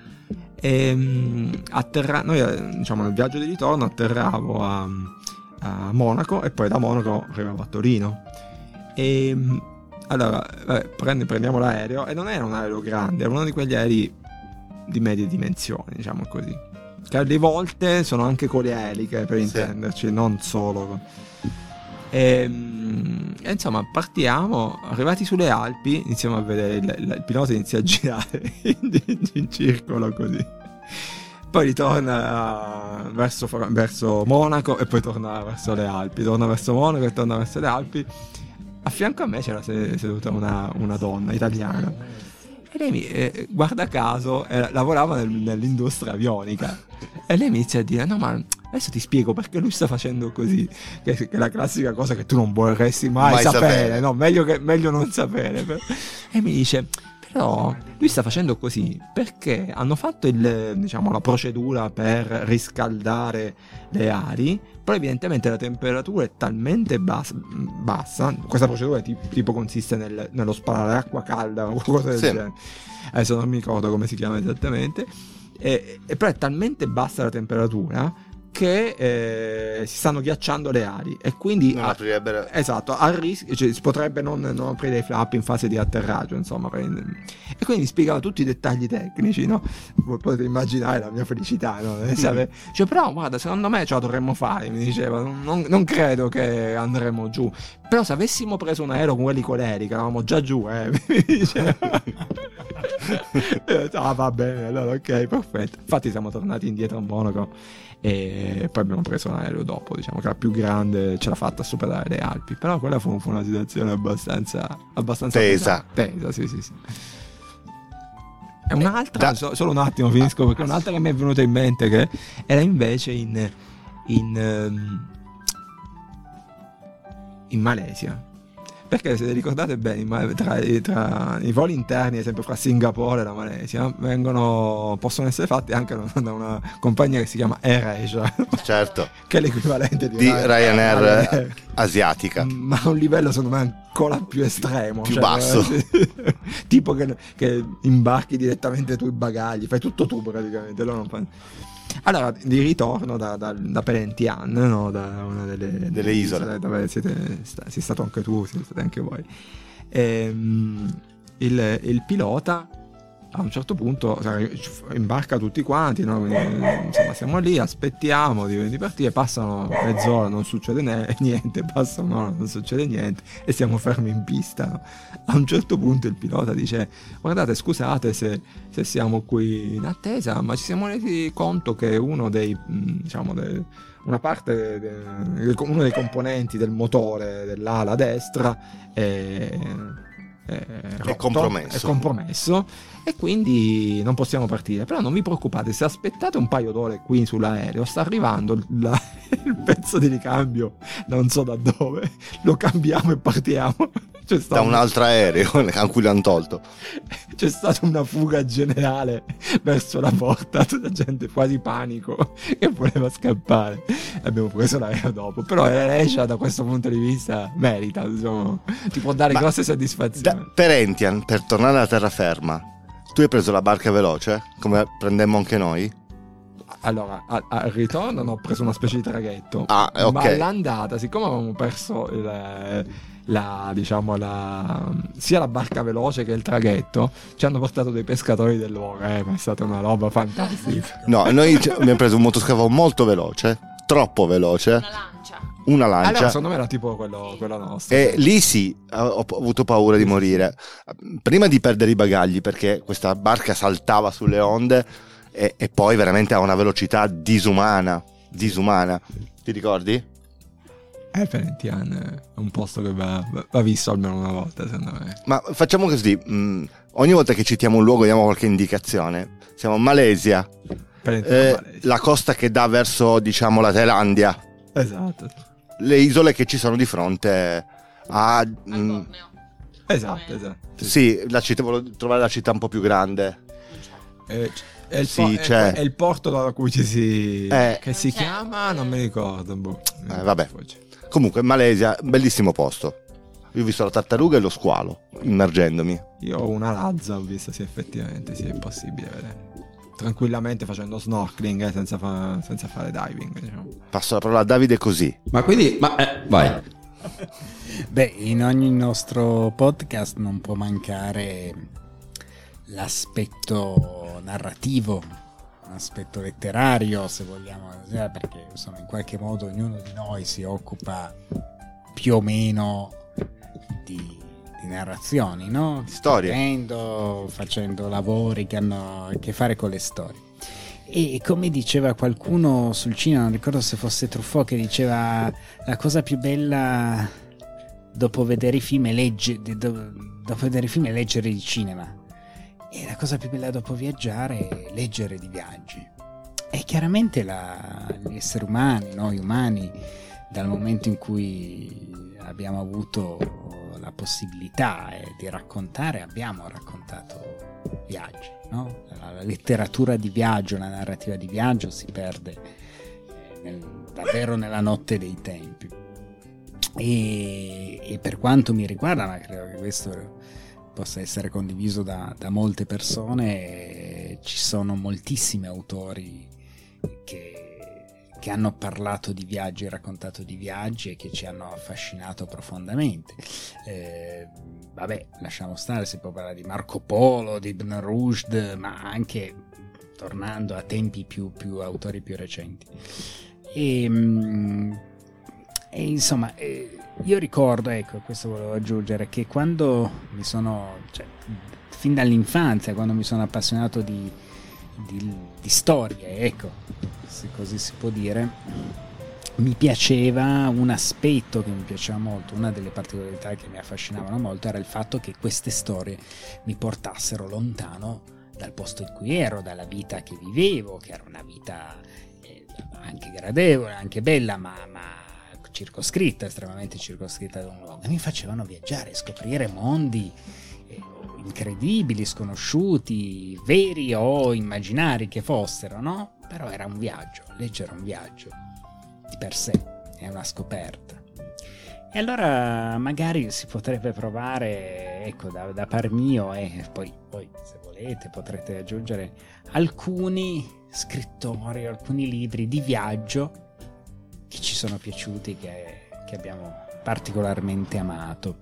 E atterra- noi diciamo nel viaggio di ritorno atterravo a, a Monaco e poi da Monaco arrivavo a Torino. E allora vabbè, prendi, prendiamo l'aereo, e non era un aereo grande, era uno di quegli aerei di medie dimensioni, diciamo così, che alle volte sono anche con le eliche, per intenderci, sì. Non solo. E, e insomma partiamo, arrivati sulle Alpi iniziamo a vedere il, il, il pilota inizia a girare in, in circolo così, poi ritorna verso, verso Monaco e poi torna verso le Alpi, torna verso Monaco e torna verso le Alpi. A fianco a me c'era seduta una, una donna italiana. E lei, mi, eh, guarda caso, eh, lavorava nel, nell'industria avionica. E lei mi inizia a dire: no, ma adesso ti spiego perché lui sta facendo così. Che, che è la classica cosa che tu non vorresti mai, mai sapere, sapere. No, meglio, che, meglio non sapere. E mi dice: però lui sta facendo così perché hanno fatto il, diciamo, la procedura per riscaldare le ali, però evidentemente la temperatura è talmente bassa, bassa. Questa procedura tipo, tipo consiste nel, nello sparare acqua calda o qualcosa del sì. genere, adesso non mi ricordo come si chiama esattamente, e, e però è talmente bassa la temperatura che eh, si stanno ghiacciando le ali e quindi non aprirebbero... esatto, a rischio, cioè, si potrebbe non, non aprire i flap in fase di atterraggio, insomma, per... e quindi spiegava tutti i dettagli tecnici, no? Potete immaginare la mia felicità, no? Cioè, però guarda, secondo me ce la dovremmo fare, mi diceva, non, non credo che andremo giù, però se avessimo preso un aereo con quelli coleri che eravamo già giù, eh, mi diceva. Ah, va bene, allora ok, perfetto. Infatti siamo tornati indietro a Monaco e poi abbiamo preso un aereo dopo, diciamo che era più grande, ce l'ha fatta a superare le Alpi, però quella fu, fu una situazione abbastanza abbastanza tesa tesa, sì sì sì. è un'altra, da... so, solo un attimo finisco, perché un'altra che mi è venuta in mente, che era invece in in, um, in Malesia. Perché se ricordate bene, tra, tra i voli interni, ad esempio fra Singapore e la Malesia, vengono, possono essere fatti anche da una compagnia che si chiama AirAsia, certo, che è l'equivalente di, di Ryanair, Ryanair, Ryanair asiatica, ma a un livello secondo me ancora più estremo, più cioè, basso, tipo che, che imbarchi direttamente tu i bagagli, fai tutto tu praticamente, loro non fanno. Allora, di ritorno da, da, da Perhentian, no? Da una delle, delle, delle isole, isole dove siete, sta, sei stato anche tu, siete stati anche voi. Ehm, il, il pilota a un certo punto imbarca tutti quanti, no? Quindi, insomma, siamo lì, aspettiamo di, di partire, passano mezz'ora, non succede ne- niente, passa un'ora, non succede niente e siamo fermi in pista, no? A un certo punto il pilota dice: guardate, scusate se, se siamo qui in attesa, ma ci siamo resi conto che uno dei, diciamo, de, una parte, de, uno dei componenti del motore dell'ala destra è, è, rotto, è compromesso. è compromesso e quindi non possiamo partire. Però non vi preoccupate, se aspettate un paio d'ore qui sull'aereo sta arrivando la, il pezzo di ricambio non so da dove, lo cambiamo e partiamo. C'è da un altro aereo a cui l'hanno tolto. C'è stata una fuga generale verso la porta, tutta gente quasi panico che voleva scappare. Abbiamo preso l'aereo dopo, però l'AirAsia da questo punto di vista merita, insomma, ti può dare Ma grosse soddisfazioni. Da Perhentian, per tornare alla terraferma, tu hai preso la barca veloce come prendemmo anche noi? Allora, al, al ritorno no, ho preso una specie di traghetto, ah, okay. Ma all'andata, siccome avevamo perso il, la, diciamo, la, sia la barca veloce che il traghetto, ci hanno portato dei pescatori dell'ora, eh, ma è stata una roba fantastica. No, noi abbiamo preso un motoscafo molto veloce, troppo veloce. Una lancia. Una lancia. Allora, secondo me era tipo quello, quello nostro. E lì sì, ho avuto paura di morire. Prima di perdere i bagagli, perché questa barca saltava sulle onde e, e poi veramente a una velocità disumana. Disumana. Ti ricordi? Eh, Perhentian è un posto che va, va visto almeno una volta, secondo me. Ma facciamo così, mh, ogni volta che citiamo un luogo diamo qualche indicazione. Siamo a Malesia, eh, Malesia, la costa che dà verso, diciamo, la Thailandia. Esatto. Le isole che ci sono di fronte a... Mh, esatto, esatto. Sì, la città, volevo trovare la città un po' più grande. Eh, è, il sì, po- c'è. È, è il porto da cui ci si... Eh, che si chiama? Non mi ricordo. Boh. Eh, vabbè. Comunque, Malesia, bellissimo posto. Io ho visto la tartaruga e lo squalo, immergendomi. Io ho una lazza, ho visto, sì, effettivamente, sì, è possibile vedere. Tranquillamente facendo snorkeling, eh, senza, fa- senza fare diving, diciamo. Passo la parola a Davide così. Ma quindi, ma eh, vai. Beh, in ogni nostro podcast non può mancare l'aspetto narrativo, l'aspetto letterario, se vogliamo, perché insomma in qualche modo ognuno di noi si occupa più o meno di, di narrazioni, no? Storie. Facendo, facendo lavori che hanno a che fare con le storie. E come diceva qualcuno sul cinema, non ricordo se fosse Truffaut, che diceva la cosa più bella dopo vedere i film è legge, dopo vedere i film è leggere di cinema, e la cosa più bella dopo viaggiare è leggere di viaggi. E chiaramente la, gli esseri umani, noi umani, dal momento in cui abbiamo avuto la possibilità eh, di raccontare, abbiamo raccontato viaggi, no? La, la letteratura di viaggio, la narrativa di viaggio si perde eh, nel, davvero nella notte dei tempi. E, e per quanto mi riguarda, ma credo che questo possa essere condiviso da, da molte persone, eh, ci sono moltissimi autori che, che hanno parlato di viaggi, raccontato di viaggi e che ci hanno affascinato profondamente. Eh, vabbè, lasciamo stare, si può parlare di Marco Polo, di Ibn Rushd, ma anche tornando a tempi più, più autori più recenti. E, e insomma, eh, io ricordo, ecco, questo volevo aggiungere, che quando mi sono, cioè, fin dall'infanzia, quando mi sono appassionato di, di, di storie, ecco, se così si può dire, mi piaceva un aspetto che mi piaceva molto, una delle particolarità che mi affascinavano molto era il fatto che queste storie mi portassero lontano dal posto in cui ero, dalla vita che vivevo, che era una vita eh, anche gradevole, anche bella, ma, ma circoscritta, estremamente circoscritta da un luogo. E mi facevano viaggiare, scoprire mondi eh, incredibili, sconosciuti, veri o immaginari che fossero, no? Però era un viaggio, leggere un viaggio di per sé, è una scoperta. E allora magari si potrebbe provare, ecco, da, da par mio, e poi, poi se volete potrete aggiungere alcuni scrittori, alcuni libri di viaggio che ci sono piaciuti, che, che abbiamo particolarmente amato.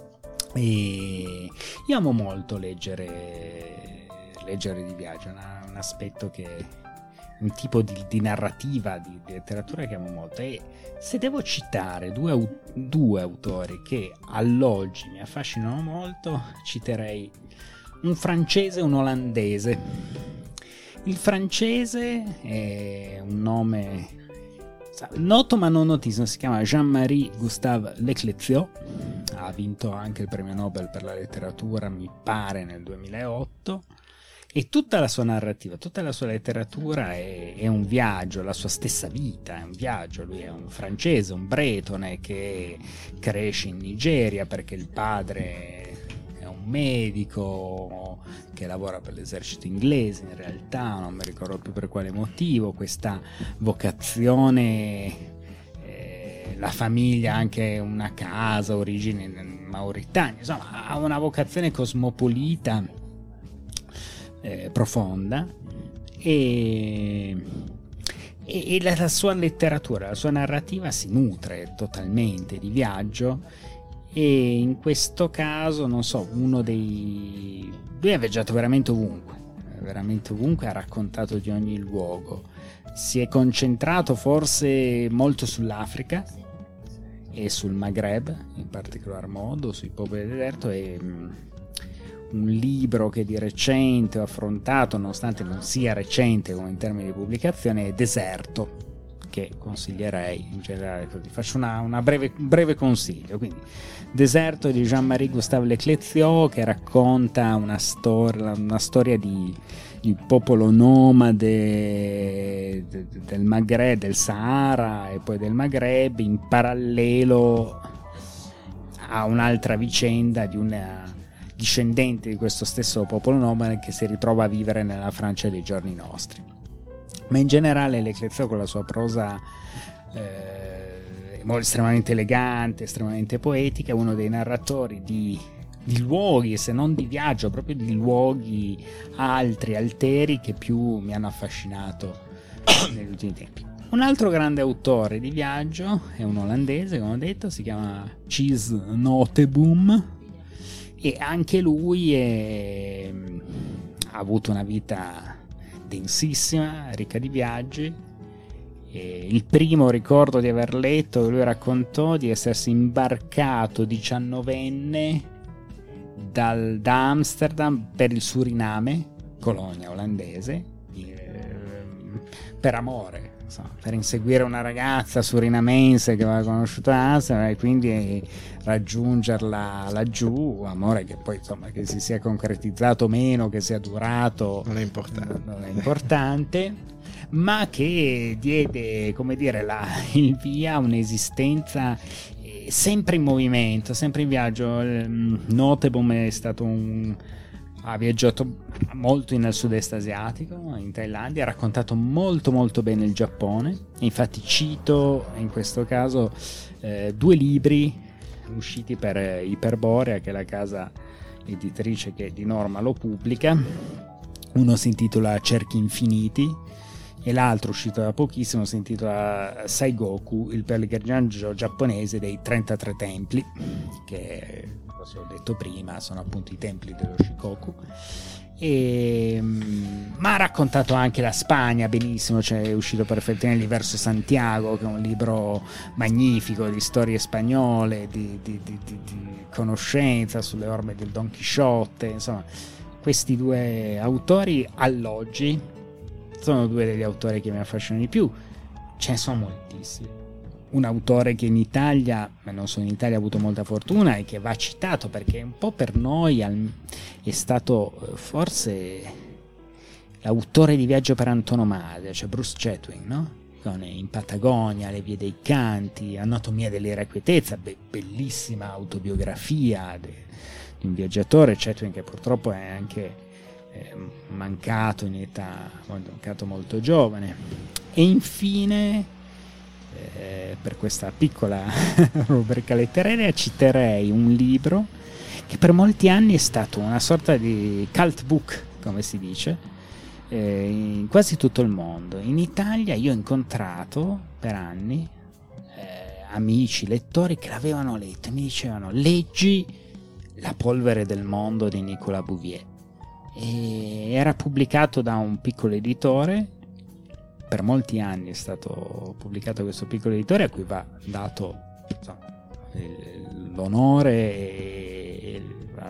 E io amo molto leggere, leggere di viaggio, è una, un aspetto che... un tipo di, di narrativa, di, di letteratura che amo molto. E se devo citare due, due autori che all'oggi mi affascinano molto, citerei un francese e un olandese. Il francese è un nome noto ma non notissimo, si chiama Jean-Marie Gustave Leclézio, ha vinto anche il premio Nobel per la letteratura, mi pare, nel duemilaotto. E tutta la sua narrativa, tutta la sua letteratura è, è un viaggio, la sua stessa vita è un viaggio. Lui è un francese, un bretone che cresce in Nigeria perché il padre è un medico che lavora per l'esercito inglese, in realtà non mi ricordo più per quale motivo. Questa vocazione, eh, la famiglia ha anche una casa, origine in Mauritania, insomma ha una vocazione cosmopolita Eh, profonda, e, e, e la, la sua letteratura, la sua narrativa si nutre totalmente di viaggio. E in questo caso, non so, uno dei... lui ha viaggiato veramente ovunque, veramente ovunque, ha raccontato di ogni luogo, si è concentrato forse molto sull'Africa e sul Maghreb in particolar modo, sui popoli del deserto. E un libro che di recente ho affrontato, nonostante non sia recente come in termini di pubblicazione, è Deserto, che consiglierei in generale. Così faccio una, una breve, un breve consiglio. Quindi Deserto di Jean-Marie Gustave Leclézio, che racconta una storia, una storia di, di popolo nomade de, de, del Maghreb, del Sahara e poi del Maghreb, in parallelo a un'altra vicenda di una discendente di questo stesso popolo nomade che si ritrova a vivere nella Francia dei giorni nostri. Ma in generale Leclézio, con la sua prosa eh, estremamente elegante, estremamente poetica, è uno dei narratori di, di luoghi, se non di viaggio, proprio di luoghi altri, alteri, che più mi hanno affascinato negli ultimi tempi. Un altro grande autore di viaggio è un olandese, come ho detto, si chiama Chris Noteboom, e anche lui è, ha avuto una vita densissima, ricca di viaggi. E il primo ricordo di aver letto, lui raccontò di essersi imbarcato diciannovenne dal, da Amsterdam per il Suriname, colonia olandese, eh, per amore, insomma, per inseguire una ragazza surinamense che aveva conosciuto a Amsterdam, e quindi raggiungerla laggiù, amore che poi, insomma, che si sia concretizzato o meno, che sia durato, non è importante, non è importante ma che diede, come dire, la, il via a un'esistenza eh, sempre in movimento, sempre in viaggio. Noteboom è stato un ha viaggiato molto nel sud-est asiatico, in Thailandia, ha raccontato molto molto bene il Giappone. Infatti cito in questo caso eh, due libri usciti per Iperborea, che è la casa editrice che di norma lo pubblica. Uno si intitola Cerchi Infiniti e l'altro, uscito da pochissimo, si intitola Saigoku, il pellegrinaggio giapponese dei trentatré templi, che, come ho detto prima, sono appunto i templi dello Shikoku. E, ma ha raccontato anche la Spagna benissimo, cioè è uscito per Feltrinelli Verso Santiago, che è un libro magnifico di storie spagnole, di, di, di, di, di conoscenza sulle orme del Don Chisciotte. Insomma, questi due autori all'oggi sono due degli autori che mi affascinano di più. Ce ne sono moltissimi. Un autore che in Italia, ma non solo in Italia, ha avuto molta fortuna e che va citato perché un po' per noi è stato forse l'autore di viaggio per antonomasia, cioè Bruce Chatwin, no? Con In Patagonia, Le vie dei canti, Anatomia dell'irrequietezza, be- bellissima autobiografia de- di un viaggiatore, Chatwin, che purtroppo è anche eh, mancato in età, mancato molto giovane. E infine, eh, per questa piccola rubrica letteraria, citerei un libro che per molti anni è stato una sorta di cult book, come si dice, in quasi tutto il mondo. In Italia io ho incontrato per anni eh, amici, lettori che l'avevano letto e mi dicevano: leggi La polvere del mondo di Nicolas Bouvier. E era pubblicato da un piccolo editore, per molti anni è stato pubblicato questo piccolo editore a cui va dato, insomma, l'onore e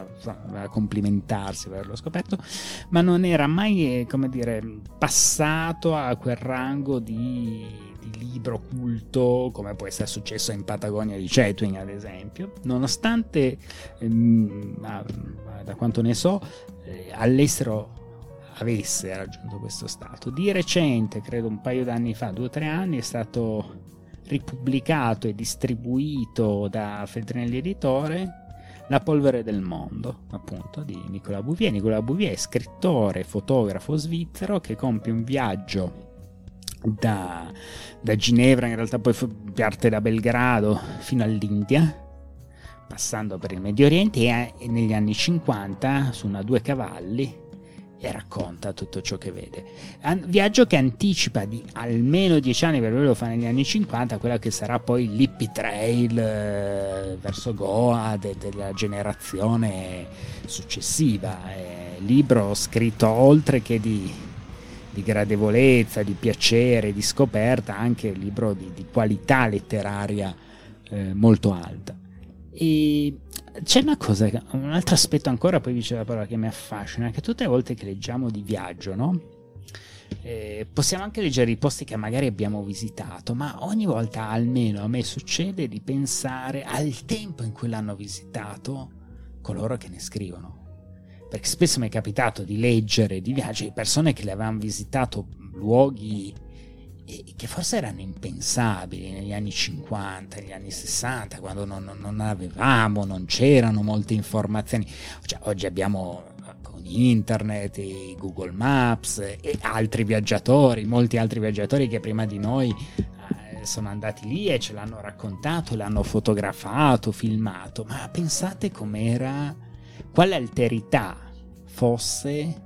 a complimentarsi per averlo scoperto, ma non era mai, come dire, passato a quel rango di, di libro culto come può essere successo in Patagonia di Chatwin, ad esempio, nonostante ehm, da quanto ne so eh, all'estero avesse raggiunto questo stato. Di recente, credo un paio d'anni fa, due o tre anni, è stato ripubblicato e distribuito da Feltrinelli Editore La polvere del mondo, appunto, di Nicolas Bouvier. Nicolas Bouvier è scrittore, fotografo svizzero che compie un viaggio da, da Ginevra, in realtà poi parte da Belgrado fino all'India, passando per il Medio Oriente, e, e negli anni cinquanta su una due cavalli e racconta tutto ciò che vede. Un viaggio che anticipa di almeno dieci anni, per lui lo fa negli anni cinquanta, quella che sarà poi l'Hippie Trail eh, verso Goa de- della generazione successiva. È libro scritto oltre che di, di gradevolezza, di piacere, di scoperta, anche libro di, di qualità letteraria eh, molto alta. E c'è una cosa, un altro aspetto ancora, poi dice la parola, che mi affascina, che tutte le volte che leggiamo di viaggio, no? Eh, possiamo anche leggere i posti che magari abbiamo visitato, ma ogni volta, almeno a me succede, di pensare al tempo in cui l'hanno visitato coloro che ne scrivono, perché spesso mi è capitato di leggere di viaggi di persone che le avevano visitato luoghi che forse erano impensabili negli anni cinquanta, negli anni sessanta, quando non, non avevamo, non c'erano molte informazioni. Cioè, oggi abbiamo con internet, e Google Maps e altri viaggiatori, molti altri viaggiatori che prima di noi eh, sono andati lì e ce l'hanno raccontato, l'hanno fotografato, filmato. Ma pensate com'era, quale alterità fosse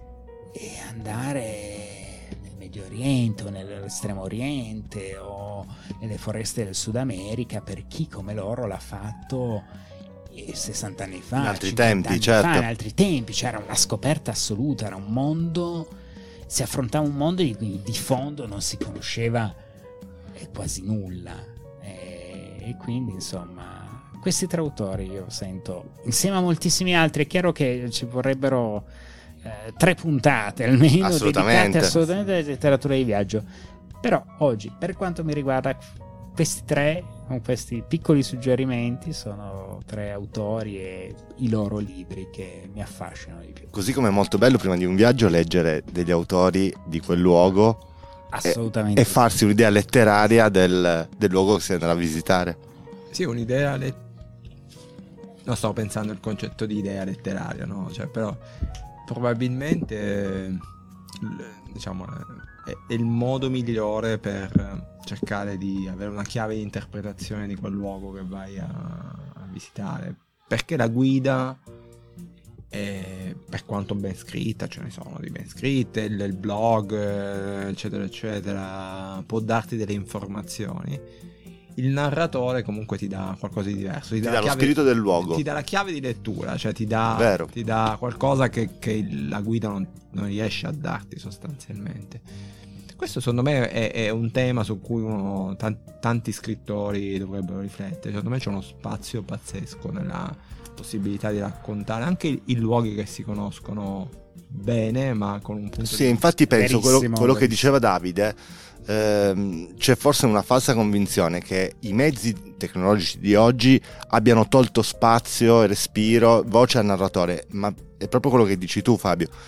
andare Medio Oriente o nell'estremo oriente o nelle foreste del Sud America, per chi come loro l'ha fatto sessanta anni fa, in altri tempi, certo. Fa, in altri tempi c'era una scoperta assoluta, era un mondo, si affrontava un mondo di cui di fondo non si conosceva quasi nulla, e, e quindi insomma questi tre autori io sento, insieme a moltissimi altri. È chiaro che ci vorrebbero Eh, tre puntate almeno dedicate assolutamente alla letteratura di viaggio, però oggi, per quanto mi riguarda, questi tre, con questi piccoli suggerimenti, sono tre autori e i loro libri che mi affascinano di più. Così come è molto bello prima di un viaggio leggere degli autori di quel luogo, assolutamente, e, e farsi un'idea letteraria del, del luogo che si andrà a visitare. Sì, un'idea let... non stavo pensando al concetto di idea letteraria, no? Cioè, però probabilmente diciamo è, è il modo migliore per cercare di avere una chiave di interpretazione di quel luogo che vai a, a visitare, perché la guida è, per quanto ben scritta, ce ne sono di ben scritte, il, il blog eccetera eccetera, può darti delle informazioni. Il narratore comunque ti dà qualcosa di diverso, ti, ti dà, dà la lo chiave, spirito del luogo, ti dà la chiave di lettura, cioè ti dà, ti dà qualcosa che, che la guida non, non riesce a darti sostanzialmente. Questo secondo me è, è un tema su cui uno, t- tanti scrittori dovrebbero riflettere. Secondo me c'è uno spazio pazzesco nella possibilità di raccontare anche i, i luoghi che si conoscono bene, ma con un punto sì, di infatti penso quello, quello verissimo. che diceva Davide, ehm, c'è forse una falsa convinzione che i mezzi tecnologici di oggi abbiano tolto spazio e respiro, voce al narratore, ma è proprio quello che dici tu, Fabio.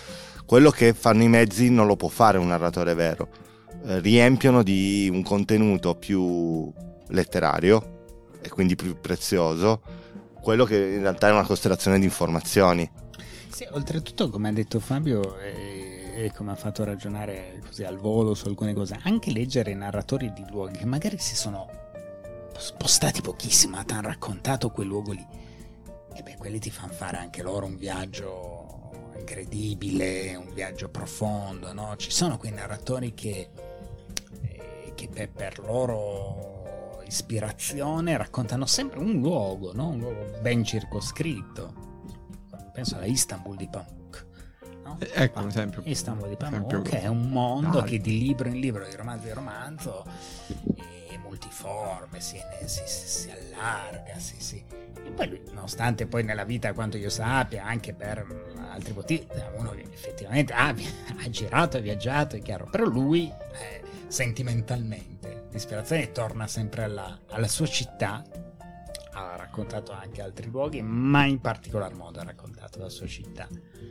quello che fanno i mezzi non lo può fare un narratore vero, eh, riempiono di un contenuto più letterario e quindi più prezioso quello che in realtà è una costellazione di informazioni. Sì, oltretutto, come ha detto Fabio, e, e come ha fatto ragionare così al volo su alcune cose, anche leggere i narratori di luoghi che magari si sono spostati pochissimo, ma ti hanno raccontato quel luogo lì, e beh, quelli ti fanno fare anche loro un viaggio incredibile, un viaggio profondo, no? Ci sono quei narratori che, eh, che per, per loro ispirazione raccontano sempre un luogo, no? Un luogo ben circoscritto. Penso alla Istanbul di Pamuk, no? Ecco un esempio. Istanbul di Pamuk, esempio, che è un mondo dai. che di libro in libro, di romanzo in romanzo, è multiforme, si, si, si, si allarga, si, si. E poi lui, nonostante poi nella vita, quanto io sappia, anche per altri motivi, uno che effettivamente ha, ha girato, ha viaggiato, è chiaro, però lui eh, sentimentalmente, l'ispirazione torna sempre alla, alla sua città. Ha raccontato anche altri luoghi, ma in particolar modo ha raccontato la sua città.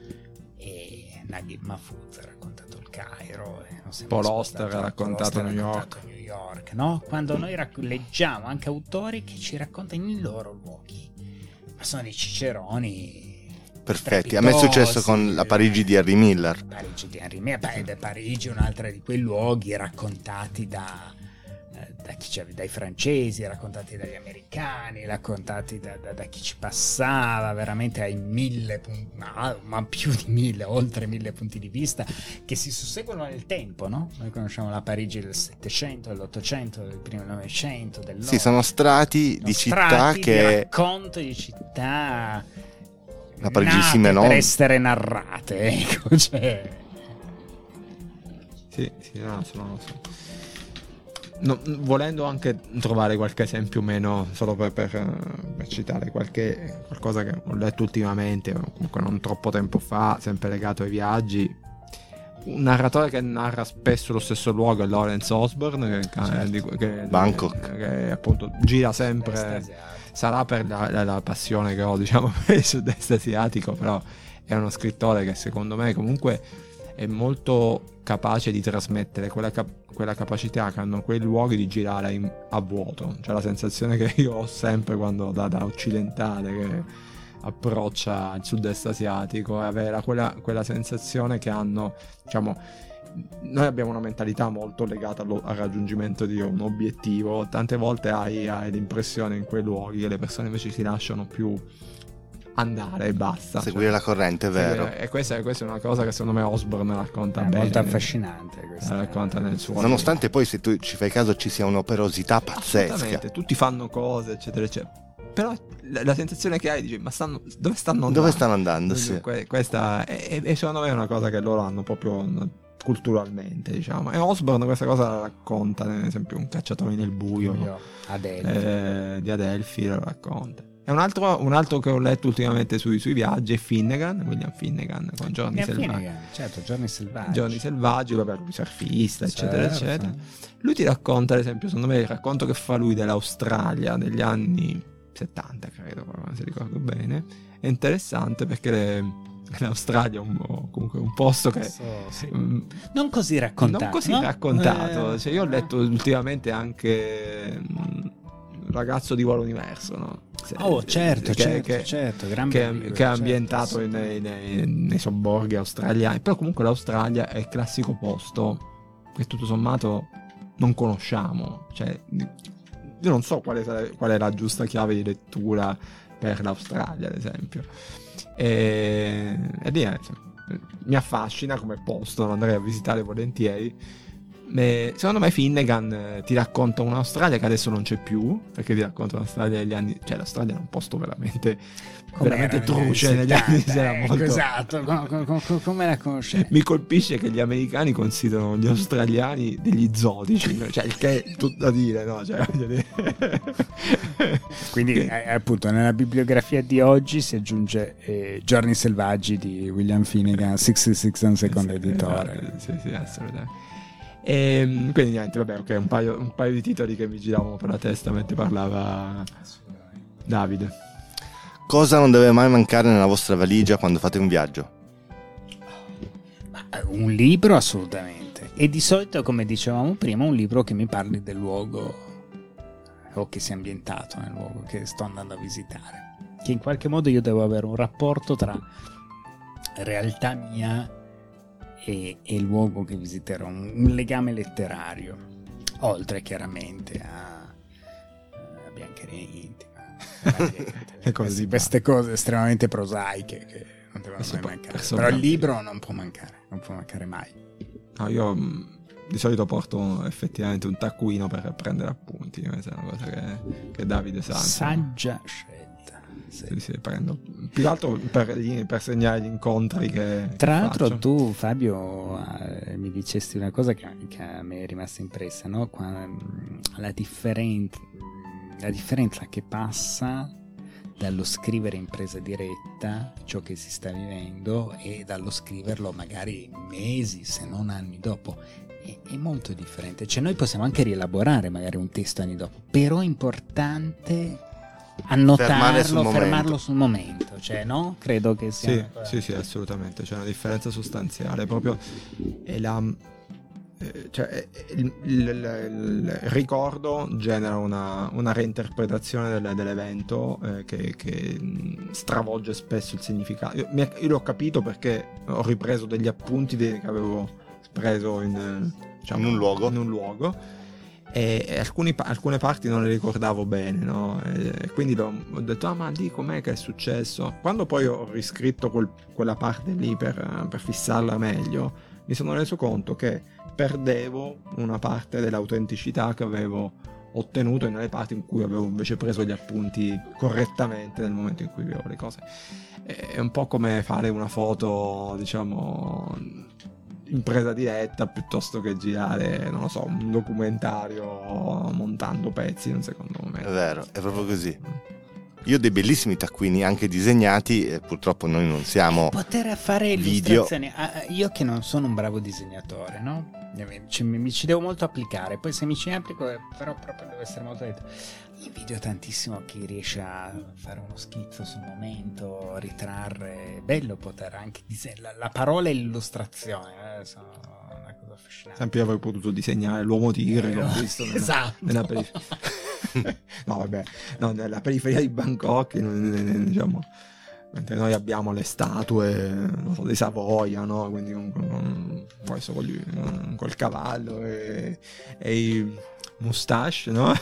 E Naguib Mahfouz ha raccontato il Cairo, e non Paul Auster ha raccontato New York. New York, no? Quando noi rac- leggiamo anche autori che ci raccontano i loro luoghi, ma sono dei ciceroni perfetti. A me è successo con la Parigi di Henry Miller. Parigi di Henry Miller, Parigi è un'altra di quei luoghi raccontati da Da chi dai francesi, raccontati dagli americani, raccontati da, da, da chi ci passava, veramente ai mille punti, ma, ma più di mille, oltre mille punti di vista che si susseguono nel tempo, no? Noi conosciamo la Parigi del Settecento, dell'Ottocento, del primo Novecento, dell'Ottocento. Sì, sono strati sono di strati città che di racconto di città la Parigi nate Simenon per essere narrate, ecco, cioè. Sì, sì, no, sono, sono. No, volendo anche trovare qualche esempio meno, solo per, per, per citare qualche qualcosa che ho letto ultimamente, o comunque non troppo tempo fa, sempre legato ai viaggi, un narratore che narra spesso lo stesso luogo è Lawrence Osborne, che, certo. che, che, Bangkok, che appunto gira sempre, sarà per la, la, la passione che ho, diciamo, per il sud-est asiatico, però è uno scrittore che secondo me comunque è molto capace di trasmettere quella, cap- quella capacità che hanno quei luoghi di girare in- a vuoto. Cioè la sensazione che io ho sempre quando da, da occidentale che approccia il sud-est asiatico è avere quella, quella sensazione che hanno, diciamo, noi abbiamo una mentalità molto legata allo, al raggiungimento di un obiettivo. Tante volte hai, hai l'impressione in quei luoghi che le persone invece si lasciano più andare e basta, seguire cioè, la corrente, è vero. E questa, questa è una cosa che secondo me Osborne racconta è bene, molto affascinante questa. Racconta nel suo nonostante poi, se tu ci fai caso, ci sia un'operosità pazzesca, tutti fanno cose eccetera eccetera, però la, la sensazione che hai dici ma stanno dove stanno andando, dove stanno andando sì. Que- questa è, è secondo me è una cosa che loro hanno proprio culturalmente, diciamo, e Osborne questa cosa la racconta, ad esempio Un cacciatore nel buio, Adelphi. Eh, di Adelphi lo racconta. E un altro, un altro che ho letto ultimamente sui, sui viaggi è Finnegan, William Finnegan, con Giorni Selvaggi. Certo, Giorni Selvaggi. Giorni Selvaggi, vabbè, lui surfista, eccetera, certo. eccetera. Lui ti racconta, ad esempio, secondo me il racconto che fa lui dell'Australia degli anni settanta, credo, se ricordo bene, è interessante perché le, l'Australia è un, comunque un posto che so, sì. mh, non così raccontato, non così no? raccontato. Eh, cioè, io ho letto ultimamente anche mh, Ragazzo di Vuole Universo, no? Se, oh certo, che, certo, che, certo gran che, libro, che è certo, ambientato nei, nei, nei sobborghi australiani, però comunque l'Australia è il classico posto che tutto sommato non conosciamo, cioè io non so qual è, qual è la giusta chiave di lettura per l'Australia, ad esempio, e, e lì è, mi affascina come posto, lo andrei a visitare volentieri. Secondo me Finnegan eh, ti racconta un'Australia che adesso non c'è più, perché ti racconta un'Australia degli anni, cioè l'Australia è un posto veramente come veramente truce negli anni, era ecco, molto... esatto, come, come, come la conoscevi? Mi colpisce che gli americani considerano gli australiani degli zotici, cioè il che è tutto da dire, no? Cioè, quindi eh, appunto nella bibliografia di oggi si aggiunge eh, Giorni Selvaggi di William Finnegan, sessantasei and Second sì, editore. Sì, sì, assolutamente. E quindi niente, vabbè, ok, un paio, un paio di titoli che mi giravano per la testa mentre parlava Davide. Cosa non deve mai mancare nella vostra valigia quando fate un viaggio? Un libro assolutamente, e di solito, come dicevamo prima, un libro che mi parli del luogo o che sia ambientato nel luogo che sto andando a visitare, che in qualche modo io devo avere un rapporto tra realtà mia e, e il luogo che visiterò, un, un legame letterario, oltre chiaramente a, a Biancheria Intima e cose queste cose estremamente prosaiche che non devono mai mancare. Però il libro non può mancare, non può mancare mai. No, io mh, di solito porto effettivamente un taccuino per prendere appunti, questa è una cosa che, che Davide sa. Saggia scelta. Sì, sì, sì, prendo più che altro per, per segnare gli incontri che Tra che l'altro faccio. tu, Fabio, eh, mi dicesti una cosa che, che a me è rimasta impressa, no? Qua, mh, la, differen- la differenza che passa dallo scrivere in presa diretta ciò che si sta vivendo e dallo scriverlo magari mesi se non anni dopo è, è molto differente. Cioè noi possiamo anche rielaborare magari un testo anni dopo, però è importante annotarlo, Fermare sul fermarlo momento. sul momento, cioè no? Credo che sia Sì, una cosa- sì, sì, assolutamente, c'è una differenza sostanziale, proprio è la, eh, cioè, è- il, il- il- il ricordo genera una, una reinterpretazione del- dell'evento eh, che, che mh, stravolge spesso il significato. Io, mi è- io l'ho capito perché ho ripreso degli appunti de- che avevo preso in, eh, diciamo, In un luogo. in un luogo. E e alcuni pa- alcune parti non le ricordavo bene, no? E quindi l'ho- ho detto, ah, ma lì com'è che è successo? Quando poi ho riscritto quel- quella parte lì per, per fissarla meglio, mi sono reso conto che perdevo una parte dell'autenticità che avevo ottenuto nelle parti in cui avevo invece preso gli appunti correttamente nel momento in cui vivevo le cose. È un po' come fare una foto, diciamo, in presa diretta piuttosto che girare, non lo so, un documentario montando pezzi in un secondo È momento. vero, è proprio così. Io ho dei bellissimi taccuini anche disegnati e purtroppo noi non siamo poter fare video. illustrazioni. Ah, io che non sono un bravo disegnatore, no? Ci- mi ci devo molto applicare, poi se mi ci applico eh, però proprio devo essere molto detto. Invidio tantissimo chi riesce a fare uno schizzo sul momento, ritrarre. È bello poter anche dise- la, la parola e l'illustrazione eh, sono una cosa affascinante. Sempre avrei potuto disegnare l'uomo tigre che ho Eh, visto nella, esatto. nella periferia. No, vabbè, no, nella periferia di Bangkok, in- in- in- diciamo, mentre noi abbiamo le statue, non so, dei Savoia, no? Quindi con, con, con, questo con gli- con- col cavallo e, e i mustache, no?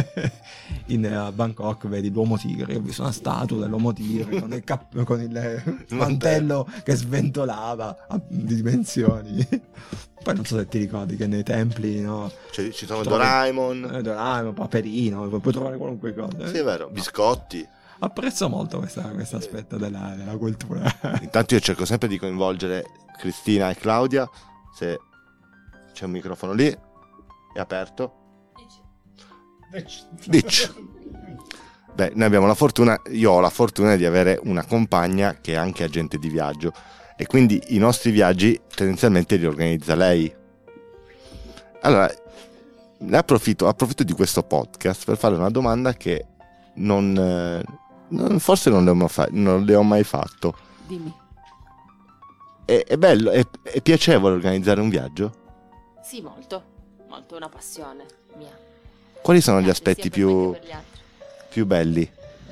In uh, Bangkok vedi l'uomo tigre, io ho visto una statua dell'uomo tigre con il, cap- con il mantello che sventolava a di dimensioni. Poi non so se ti ricordi che nei templi, no? Cioè, ci sono Trovi- Doraemon. Eh, Doraemon, Paperino, puoi trovare qualunque cosa. Sì, è vero, biscotti. Apprezzo molto questo aspetto della, della cultura. Intanto io cerco sempre di coinvolgere Cristina e Claudia. Se c'è un microfono lì, è aperto. Dici. Beh, noi abbiamo la fortuna, io ho la fortuna di avere una compagna che è anche agente di viaggio e quindi i nostri viaggi tendenzialmente li organizza lei. Allora, ne approfitto, approfitto di questo podcast per fare una domanda che non, eh, non- forse non le, ho mai fa- non le ho mai fatto. Dimmi. È, è bello, è, è piacevole organizzare un viaggio? Sì, molto. Molto, è una passione mia. Quali sono gli Sia aspetti per me più, che per gli altri. più belli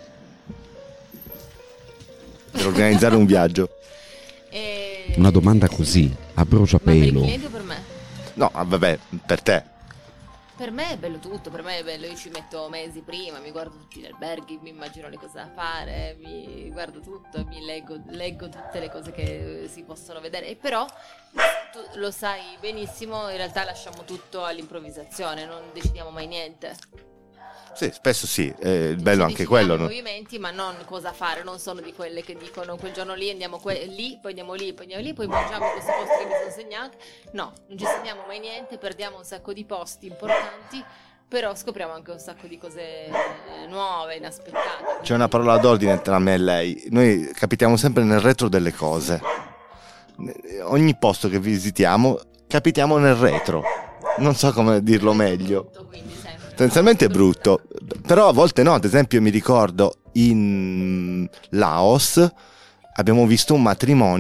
per organizzare un viaggio? E... Una domanda così, a Ma per i bruciapelo. clienti o per me? No, ah, vabbè, per te. Per me è bello tutto, per me è bello, io ci metto mesi prima, mi guardo tutti gli alberghi, mi immagino le cose da fare, mi guardo tutto, mi leggo, leggo tutte le cose che si possono vedere, e però tu lo sai benissimo, in realtà lasciamo tutto all'improvvisazione, non decidiamo mai niente. Sì, spesso sì, è il bello Ci anche decidiamo quello. i no? movimenti, ma non cosa fare, non sono di quelle che dicono quel giorno lì andiamo que- lì, poi andiamo lì, poi andiamo lì, poi mangiamo in questo posto che mi sono segnato. No, non ci segniamo mai niente, perdiamo un sacco di posti importanti, però scopriamo anche un sacco di cose eh, nuove, inaspettate. C'è una parola d'ordine tra me e lei. Noi capitiamo sempre nel retro delle cose. Ogni posto che visitiamo capitiamo nel retro. Non so come dirlo meglio. Tutto, quindi sempre. Tendenzialmente è brutto, però a volte no. Ad esempio mi ricordo in Laos abbiamo visto un matrimonio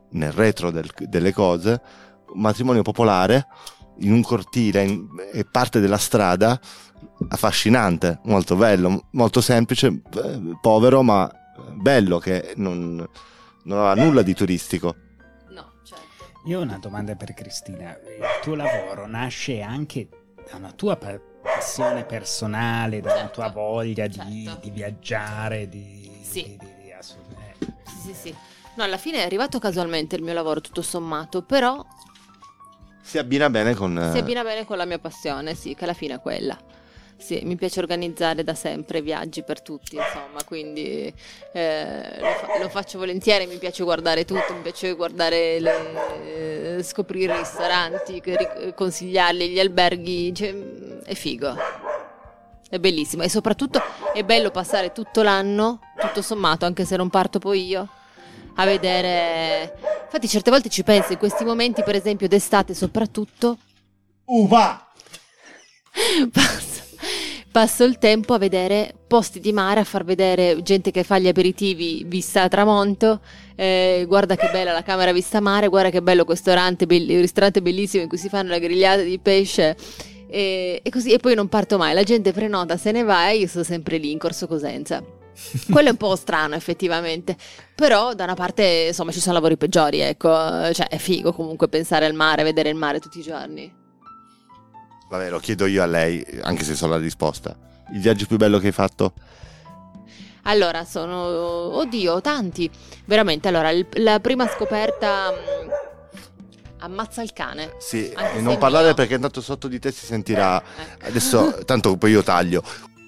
nel retro del, delle cose, un matrimonio popolare in un cortile in, e parte della strada, affascinante, molto bello, molto semplice, povero ma bello, che non, non aveva nulla di turistico. No, certo. Io ho una domanda per Cristina. Il tuo lavoro nasce anche da una tua passione personale, da una Certo, tua voglia di, certo. di viaggiare, di... Sì. di, di, di assolutamente. Sì, sì, sì. No, alla fine è arrivato casualmente il mio lavoro, tutto sommato, però Si abbina bene con... si abbina bene con la mia passione, sì, che alla fine è quella. Sì, mi piace organizzare da sempre viaggi per tutti, insomma, quindi eh, lo, fa- lo faccio volentieri, mi piace guardare tutto, mi piace guardare, le, eh, scoprire i ristoranti, che ri- consigliarli, gli alberghi, cioè, è figo, è bellissimo e soprattutto è bello passare tutto l'anno, tutto sommato, anche se non parto poi io, a vedere. Infatti certe volte ci penso, in questi momenti per esempio d'estate soprattutto, Uva! passo, passo il tempo a vedere posti di mare, a far vedere gente che fa gli aperitivi vista a tramonto, eh, guarda che bella la camera vista mare, guarda che bello questo ristorante, belli- il ristorante bellissimo in cui si fanno le grigliate di pesce, e, e così, e poi non parto mai, la gente prenota, se ne va e io sto sempre lì in Corso Cosenza. Quello è un po' strano effettivamente, però da una parte insomma ci sono lavori peggiori, ecco, cioè è figo comunque pensare al mare, vedere il mare tutti i giorni. Vabbè, lo chiedo io a lei, anche se so la risposta. Il viaggio più bello che hai fatto? Allora, sono, oddio, tanti, veramente. Allora, il- la prima scoperta, mh, ammazza il cane. Sì, Anche e se non è parlare mio. perché tanto sotto di te si sentirà... Eh, eh. Adesso, tanto poi io taglio.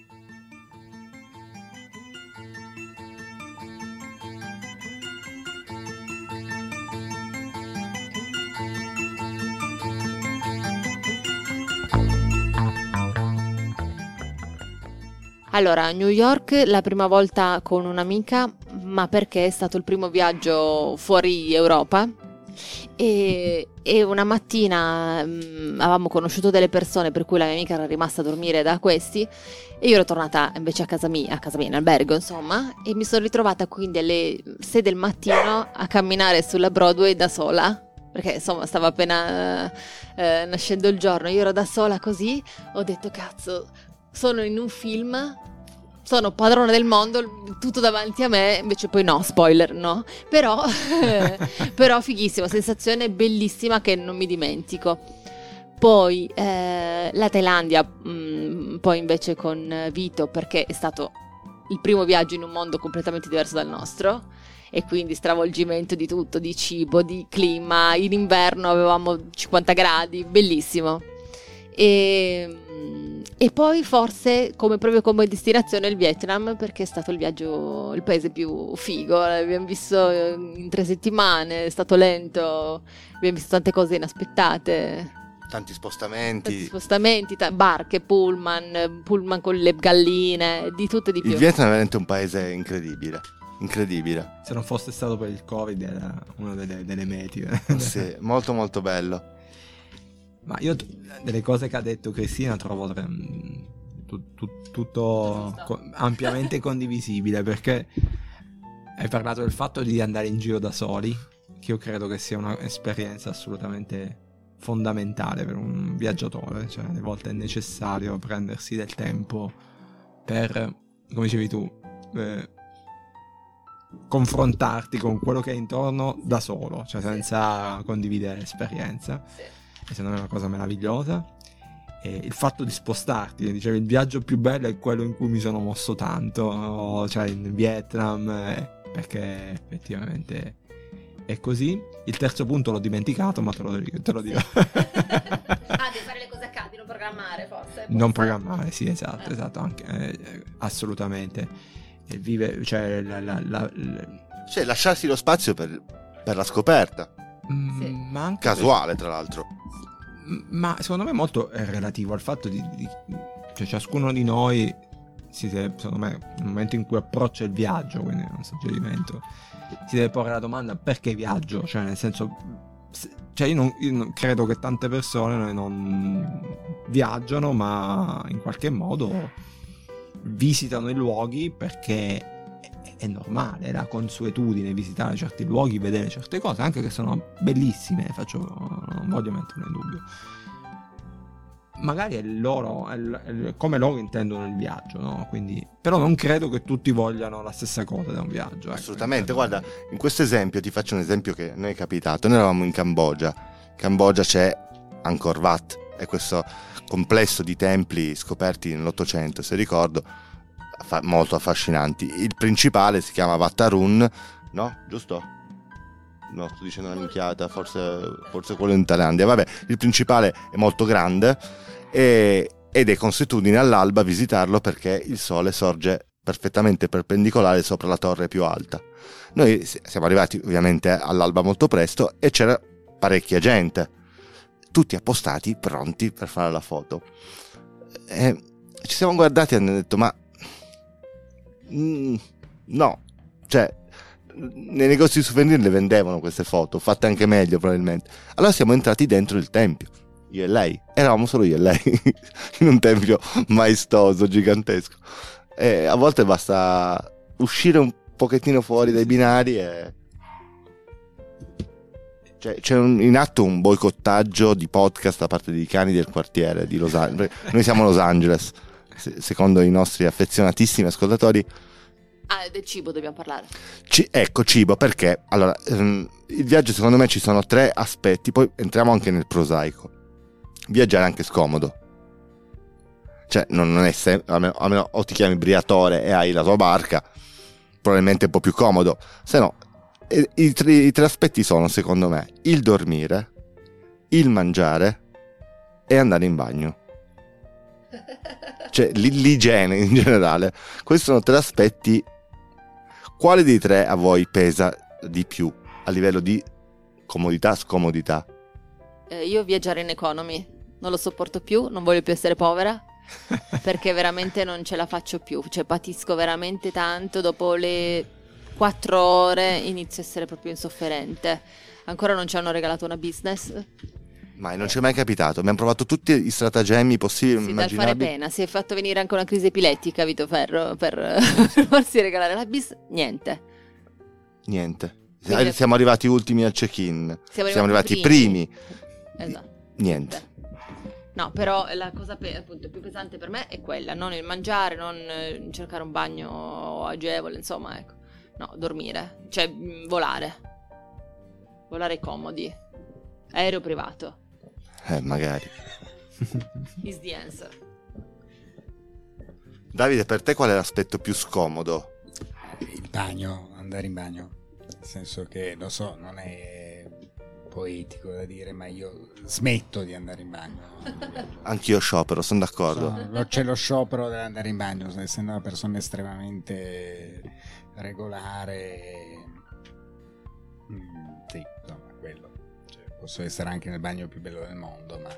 Allora, a New York la prima volta con un'amica, ma perché è stato il primo viaggio fuori Europa. E, e una mattina mh, avevamo conosciuto delle persone per cui la mia amica era rimasta a dormire da questi e io ero tornata invece a casa mia, a casa mia in albergo insomma, e mi sono ritrovata quindi alle sei del mattino a camminare sulla Broadway da sola, perché insomma stava appena eh, nascendo il giorno, io ero da sola così, ho detto cazzo, sono in un film, sono padrona del mondo, tutto davanti a me, invece poi no, spoiler, no, però, però fighissima, sensazione bellissima che non mi dimentico. Poi eh, la Thailandia, mh, poi invece con Vito, perché è stato il primo viaggio in un mondo completamente diverso dal nostro, e quindi stravolgimento di tutto, di cibo, di clima, in inverno avevamo cinquanta gradi, bellissimo. E... E poi forse come proprio come destinazione il Vietnam, perché è stato il viaggio, il paese più figo, l'abbiamo visto in tre settimane, è stato lento, abbiamo visto tante cose inaspettate, Tanti spostamenti. tanti spostamenti, ta- barche, pullman, pullman con le galline, di tutto e di più. Il Vietnam è veramente un paese incredibile. Incredibile. Se non fosse stato per il Covid era una delle, delle meti. Sì, molto molto bello. Ma io t- delle cose che ha detto Cristina trovo mm, tu- tu- tutto co- ampiamente condivisibile, perché hai parlato del fatto di andare in giro da soli, che io credo che sia un'esperienza assolutamente fondamentale per un viaggiatore, cioè alle volte è necessario prendersi del tempo per, come dicevi tu, eh, confrontarti con quello che è intorno da solo, cioè senza condividere l'esperienza. Sì. E secondo me è una cosa meravigliosa. E il fatto di spostarti, dicevi, il viaggio più bello è quello in cui mi sono mosso tanto, cioè in Vietnam, eh, perché effettivamente è così. Il terzo punto l'ho dimenticato, ma te lo, te lo dirò. Ah, devi fare le cose a casa, di non programmare forse. Non programmare, sì, esatto, eh. esatto, anche, eh, assolutamente. E vive, cioè, la, la, la, la... Cioè, lasciarsi lo spazio per, per la scoperta. Mm, Sì. ma anche Casuale, tra l'altro. per- ma secondo me molto è relativo al fatto di, di cioè ciascuno di noi si deve, secondo me, nel momento in cui approccia il viaggio, quindi è un suggerimento, si deve porre la domanda: perché viaggio? Cioè, nel senso, se- cioè io, non, io non- credo che tante persone non viaggiano, ma in qualche modo visitano i luoghi perché è normale, è la consuetudine visitare certi luoghi, vedere certe cose, anche che sono bellissime, faccio, non voglio metterlo in dubbio. Magari è loro, è, è come loro intendono il viaggio, no? Quindi, però non credo che tutti vogliano la stessa cosa da un viaggio. Ecco. Assolutamente, guarda, in questo esempio ti faccio un esempio che a noi è capitato. Noi eravamo in Cambogia. In Cambogia c'è Angkor Wat, è questo complesso di templi scoperti nell'Ottocento, se ricordo, molto affascinanti. Il principale si chiama Wat Arun, no? Giusto? No, sto dicendo una minchiata, forse, forse quello in Thailandia. Vabbè, il principale è molto grande e, ed è consuetudine all'alba visitarlo perché il sole sorge perfettamente perpendicolare sopra la torre più alta. Noi siamo arrivati ovviamente all'alba molto presto e c'era parecchia gente, tutti appostati, pronti per fare la foto. E ci siamo guardati e hanno detto ma mm, no, cioè nei negozi di souvenir le vendevano queste foto, fatte anche meglio probabilmente. Allora siamo entrati dentro il tempio, io e lei, eravamo solo io e lei in un tempio maestoso, gigantesco, e a volte basta uscire un pochettino fuori dai binari e cioè, c'è un, in atto un boicottaggio di podcast da parte dei cani del quartiere di Los Angeles. Noi siamo a Los Angeles, se, secondo i nostri affezionatissimi ascoltatori. Ah, del cibo dobbiamo parlare. C- ecco, cibo, perché allora ehm, il viaggio, secondo me ci sono tre aspetti, poi entriamo anche nel prosaico. Viaggiare è anche scomodo, cioè non, non è sempre, almeno, almeno o ti chiami Briatore e hai la tua barca, probabilmente è un po' più comodo, se no i, i, tre, i tre aspetti sono, secondo me, il dormire, il mangiare e andare in bagno. Cioè l'igiene in generale. Questi sono tre aspetti. Quale dei tre a voi pesa di più a livello di comodità, scomodità? Eh, io viaggiare in economy non lo sopporto più, non voglio più essere povera perché veramente non ce la faccio più, cioè patisco veramente tanto, dopo le quattro ore inizio a essere proprio insofferente. Ancora non ci hanno regalato una business. Mai, non ci è mai capitato. Abbiamo provato tutti i stratagemmi possibili, sì, immaginabili. Dal fare pena, si è fatto venire anche una crisi epilettica Vito Ferro per, per farsi regalare la bis, niente. Niente. Quindi siamo arrivati ultimi al check-in. Siamo arrivati, siamo arrivati primi. primi. Esatto. Niente. No, però la cosa pe- appunto più pesante per me è quella, non il mangiare, non eh, cercare un bagno agevole, insomma, ecco. No, dormire, cioè mh, volare. Volare comodi. Aereo privato. Eh, magari. Is the answer. Davide, per te qual è l'aspetto più scomodo? Il bagno, andare in bagno. Nel senso che, lo so, non è poetico da dire, ma io smetto di andare in bagno. Anch'io sciopero, sono d'accordo. So, c'è lo sciopero dell'andare in bagno, essendo una persona estremamente regolare. Mm, sì, insomma, quello. Cioè, posso essere anche nel bagno più bello del mondo, ma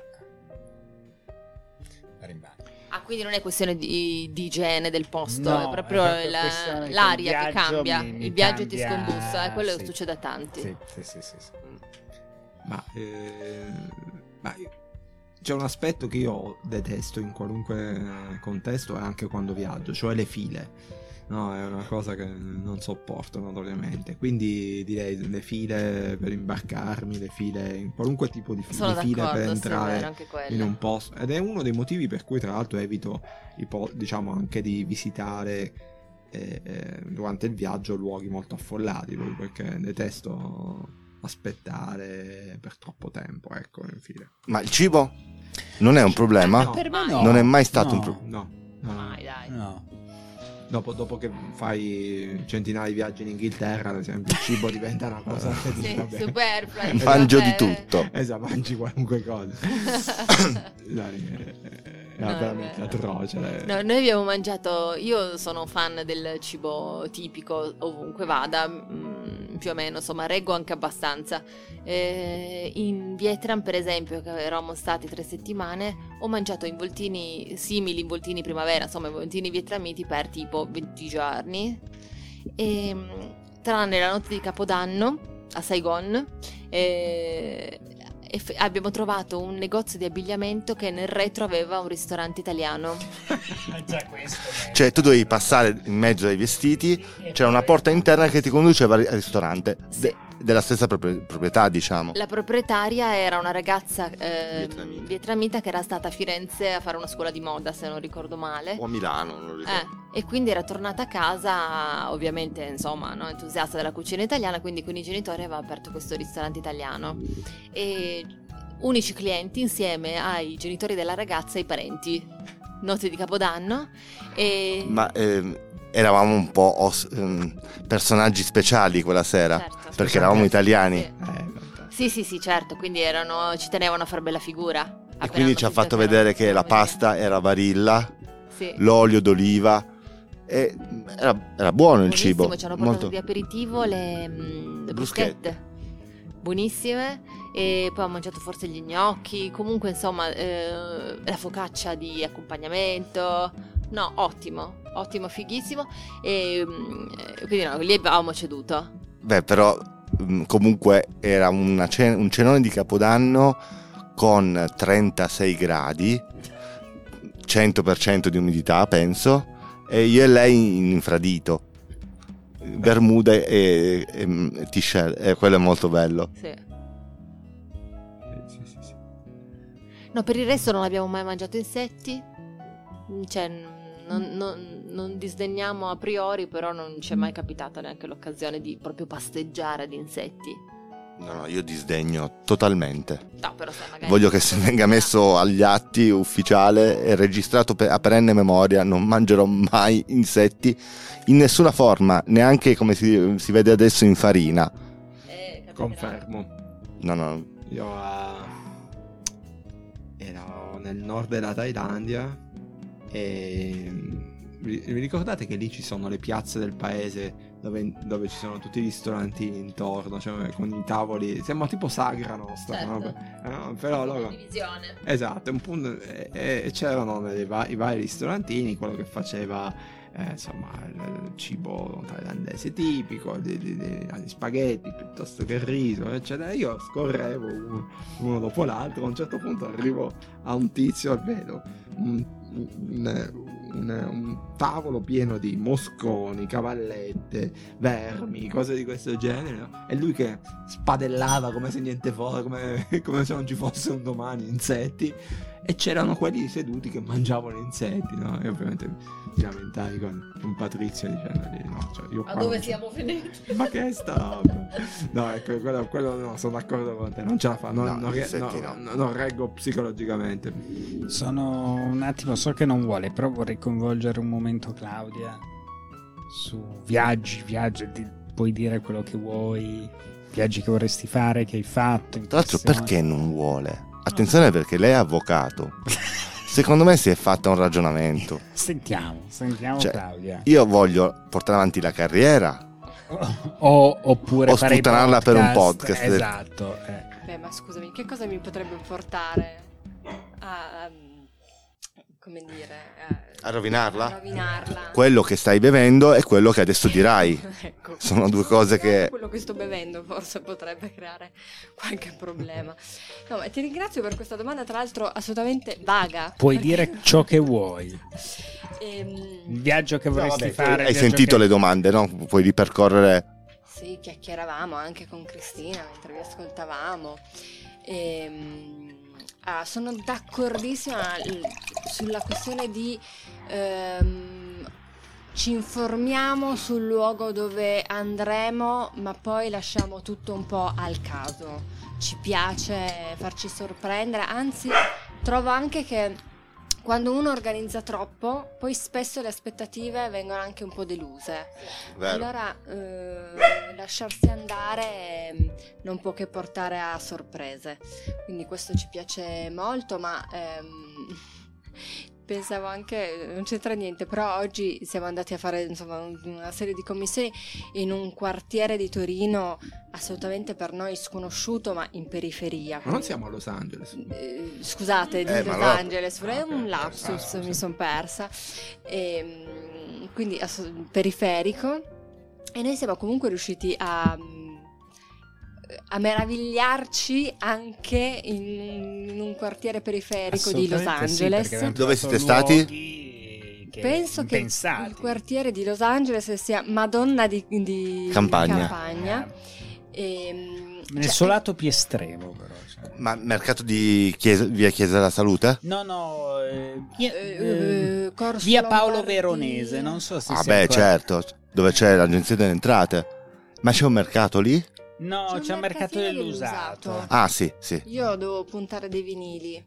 andare in bagno. Ah, quindi non è questione di, di igiene del posto, No, è proprio, è proprio la- questione che l'aria il che viaggio cambia, mi- mi il viaggio cambia, ti scombussa, e quello sì. succede a tanti. Sì, sì, sì, sì, sì. Ma, eh, ma io- c'è un aspetto che io detesto in qualunque contesto e anche quando viaggio, cioè le file. No, è una cosa che non sopporto notoriamente. Quindi direi le file per imbarcarmi, le file in qualunque tipo di file, Sono di file per d'accordo, sì, è entrare vero, anche quello. in un posto. Ed è uno dei motivi per cui tra l'altro evito i po- diciamo anche di visitare eh, eh, durante il viaggio luoghi molto affollati, proprio perché detesto aspettare per troppo tempo, ecco, in file. Ma il cibo non è un problema? No. Per me Mai. no. Non è mai stato no, un problema. No, no, no. Mai, dai. No. Dopo, dopo che fai centinaia di viaggi in Inghilterra, ad esempio, il cibo diventa una cosa che dici, Sì, vabbè. superfluo. Mangio di vabbè. tutto. Esatto, mangi qualunque cosa. Dai, era No, veramente vabbè. atroce. No, noi abbiamo mangiato, io sono fan del cibo tipico ovunque vada, mm, più o meno, insomma, reggo anche abbastanza. Eh, in Vietnam, per esempio, che eravamo stati tre settimane, ho mangiato involtini simili, involtini primavera, insomma, involtini vietnamiti per tipo venti giorni. E, tranne la notte di Capodanno a Saigon, eh, e f- abbiamo trovato un negozio di abbigliamento che nel retro aveva un ristorante italiano. Già questo è- Cioè tu dovevi passare in mezzo ai vestiti, c'era una porta interna che ti conduceva al ristorante de- della stessa propri- proprietà, diciamo. La proprietaria era una ragazza eh, Vietnamita. vietnamita che era stata a Firenze a fare una scuola di moda, se non ricordo male. O a Milano, non lo ricordo. Eh, e quindi era tornata a casa, ovviamente, insomma, no, entusiasta della cucina italiana, quindi con i genitori aveva aperto questo ristorante italiano. E unici clienti insieme ai genitori della ragazza e i parenti. Notte di Capodanno. E... Ma ehm, eravamo un po' os- ehm, personaggi speciali quella sera, Certo. perché eravamo italiani. Sì. Eh, vabbè. Sì, sì, sì, certo, quindi erano, ci tenevano a far bella figura. E Appena quindi hanno ci ha finito fatto erano- vedere che la come dire. pasta era Barilla, Sì. l'olio d'oliva, e era, era buono il Buonissimo, cibo. ci hanno portato molto... di aperitivo le, mm, le Bruschette. bruschette. Buonissime. E poi ho mangiato forse gli gnocchi. Comunque, insomma, eh, la focaccia di accompagnamento. No, ottimo, ottimo, fighissimo. E mm, eh, quindi no, lì avevamo ceduto. Beh, però mh, comunque era una cen- un cenone di Capodanno con trentasei gradi, cento per cento di umidità, penso, e io e lei in infradito, bermude e, e, e t-shirt, e quello è molto bello. Sì. Sì, sì, sì. No, per il resto non abbiamo mai mangiato insetti. Cioè, non, non- non disdegniamo a priori, però non ci è mai capitata neanche l'occasione di proprio pasteggiare di insetti. No, no, io disdegno totalmente. No, però sai, magari... Voglio che se venga messo agli atti ufficiale e registrato pe- a perenne memoria, non mangerò mai insetti in nessuna forma, neanche come si, si vede adesso in farina. Eh, capiterà. Confermo. No, no, Io eh, ero nel nord della Thailandia e vi, vi ricordate che lì ci sono le piazze del paese dove, dove ci sono tutti i ristorantini intorno, cioè con i tavoli, siamo tipo Sagra Nostra, Certo. no? Eh, no, però loro... Condivisione. Esatto, un punto, e, e c'erano dei va- i vari ristorantini, quello che faceva eh, insomma il cibo thailandese tipico, di, di, di- gli spaghetti piuttosto che il riso, eccetera. Io scorrevo uno, uno dopo l'altro, a un certo punto arrivo a un tizio, vedo un, un, un- un tavolo pieno di mosconi, cavallette, vermi, cose di questo genere, no? E lui che spadellava come se niente fosse, come, come se non ci fosse un domani, insetti, e c'erano quelli seduti che mangiavano insetti, no? E ovviamente mi lamentai con, con Patrizia dicendogli no, cioè io A qua dove non ci- siamo finiti? ma che stava? No, ecco, quello, quello no, sono d'accordo con te, non ce la fa, non, No, non, gli rie- no, insetti no. no, non reggo psicologicamente. Sono un attimo, so che non vuole, però vorrei coinvolgere un momento Claudia su viaggi, viaggi, di- puoi dire quello che vuoi, viaggi che vorresti fare, che hai fatto. Tra l'altro impressioni. perché non vuole? Attenzione perché lei è avvocato. Secondo me si è fatta un ragionamento. Sentiamo, sentiamo Cioè, Claudia. Io voglio portare avanti la carriera. O, oppure o fare i sputtanarla per un podcast. Esatto. eh. Beh, ma scusami, che cosa mi potrebbe portare a, um, come dire, a, A rovinarla? a rovinarla? Quello che stai bevendo e quello che adesso dirai. Ecco. Sono due cose che... Quello che sto bevendo forse potrebbe creare qualche problema. No, ma ti ringrazio per questa domanda, tra l'altro assolutamente vaga. Puoi perché- dire ciò che vuoi. Ehm, Il viaggio che vorresti Vabbè, fare. il hai viaggio sentito che- le domande, no? Puoi ripercorrere... Sì, chiacchieravamo anche con Cristina mentre vi ascoltavamo. Ehm, ah, sono d'accordissima l- sulla questione di ehm, ci informiamo sul luogo dove andremo, ma poi lasciamo tutto un po' al caso. Ci piace farci sorprendere, anzi trovo anche che quando uno organizza troppo, poi spesso le aspettative vengono anche un po' deluse. Vero. Allora eh, lasciarsi andare ehm, non può che portare a sorprese. Quindi questo ci piace molto, ma ehm, pensavo anche, non c'entra niente, però oggi siamo andati a fare insomma un- una serie di commissioni in un quartiere di Torino assolutamente per noi sconosciuto, ma in periferia. Ma non quindi- siamo a Los Angeles. eh, scusate, di Eh, Los ma allora- Angeles, è Ah, ok, un ah, lapsus, scusa. mi sono persa. Ehm, quindi ass- periferico, e noi siamo comunque riusciti a mm, a meravigliarci anche in, in un quartiere periferico di Los Angeles. Sì, dove siete stati? Che penso che impensati. il quartiere di Los Angeles sia Madonna di, di Campagna, Campagna. Eh. E, nel cioè, suo lato più estremo però, cioè. Ma mercato di chiesa, via Chiesa della Salute? No, no, eh, via, eh, eh, Corso via Paolo Lombardia. Veronese, non so se Ah sia beh, ancora- certo, dove c'è l'agenzia delle entrate. Ma c'è un mercato lì? No, C'è un c'è un mercato mercatino dell'usato. dell'usato. Ah sì, sì. Io devo puntare dei vinili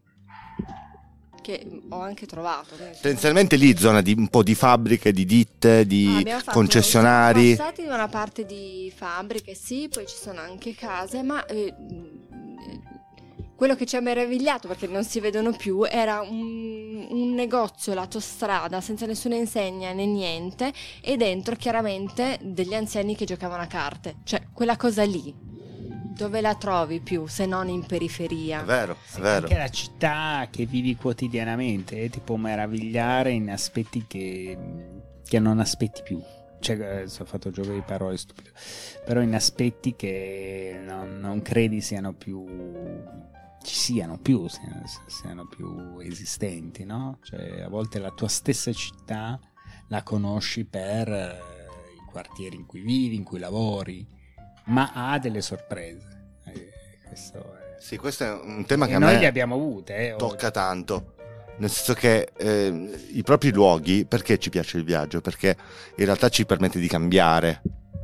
che ho anche trovato. Tendenzialmente lì zona di un po' di fabbriche, di ditte, di Ah, abbiamo fatto- concessionari. Siamo passati da una parte di fabbriche, sì, poi ci sono anche case, ma eh, quello che ci ha meravigliato, perché non si vedono più, era un, un negozio lato strada senza nessuna insegna né niente, e dentro chiaramente degli anziani che giocavano a carte. Cioè, quella cosa lì dove la trovi più se non in periferia? È vero, è Sì, vero. anche la città che vivi quotidianamente eh, ti può meravigliare in aspetti che, che non aspetti più. Cioè, adesso ho fatto gioco di parole stupido, però in aspetti che non, non credi siano più, ci siano più, siano, siano più esistenti, no? Cioè, a volte la tua stessa città la conosci per eh, i quartieri in cui vivi, in cui lavori, ma ha delle sorprese. Eh, questo è... Sì, questo è un tema E che a noi me le abbiamo avute. Eh, tocca tanto. Nel senso che eh, i propri luoghi, perché ci piace il viaggio? Perché in realtà ci permette di cambiare,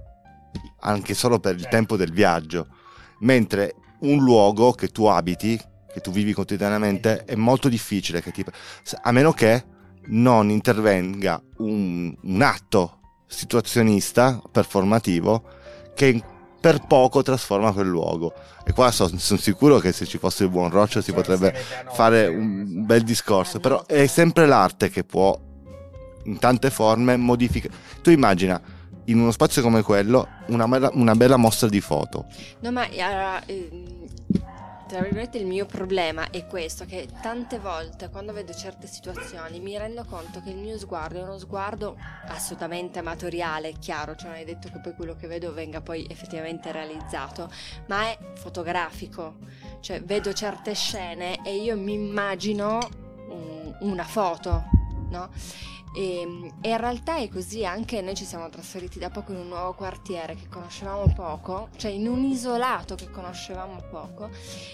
anche solo per il Certo. tempo del viaggio. Mentre un luogo che tu abiti, che tu vivi quotidianamente, è molto difficile che ti... a meno che non intervenga un, un atto situazionista, performativo, che in- per poco trasforma quel luogo. E qua sono son sicuro che se ci fosse il buon Roccio si potrebbe fare un bel discorso, però è sempre l'arte che può in tante forme modificare. Tu immagina in uno spazio come quello una bella, una bella mostra di foto. No, ma allora, ehm, tra virgolette il mio problema è questo, che tante volte quando vedo certe situazioni mi rendo conto che il mio sguardo è uno sguardo assolutamente amatoriale, è chiaro, cioè non è detto che poi quello che vedo venga poi effettivamente realizzato, ma è fotografico, cioè vedo certe scene e io mi immagino un- una foto, no? E, e in realtà è così. Anche noi ci siamo trasferiti da poco in un nuovo quartiere che conoscevamo poco, cioè in un isolato che conoscevamo poco,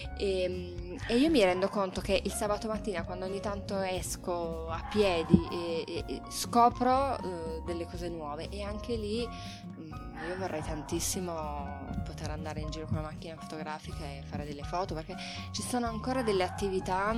e, e io mi rendo conto che il sabato mattina, quando ogni tanto esco a piedi e, e- e scopro eh, delle cose nuove, e anche lì mh, io vorrei tantissimo poter andare in giro con la macchina fotografica e fare delle foto, perché ci sono ancora delle attività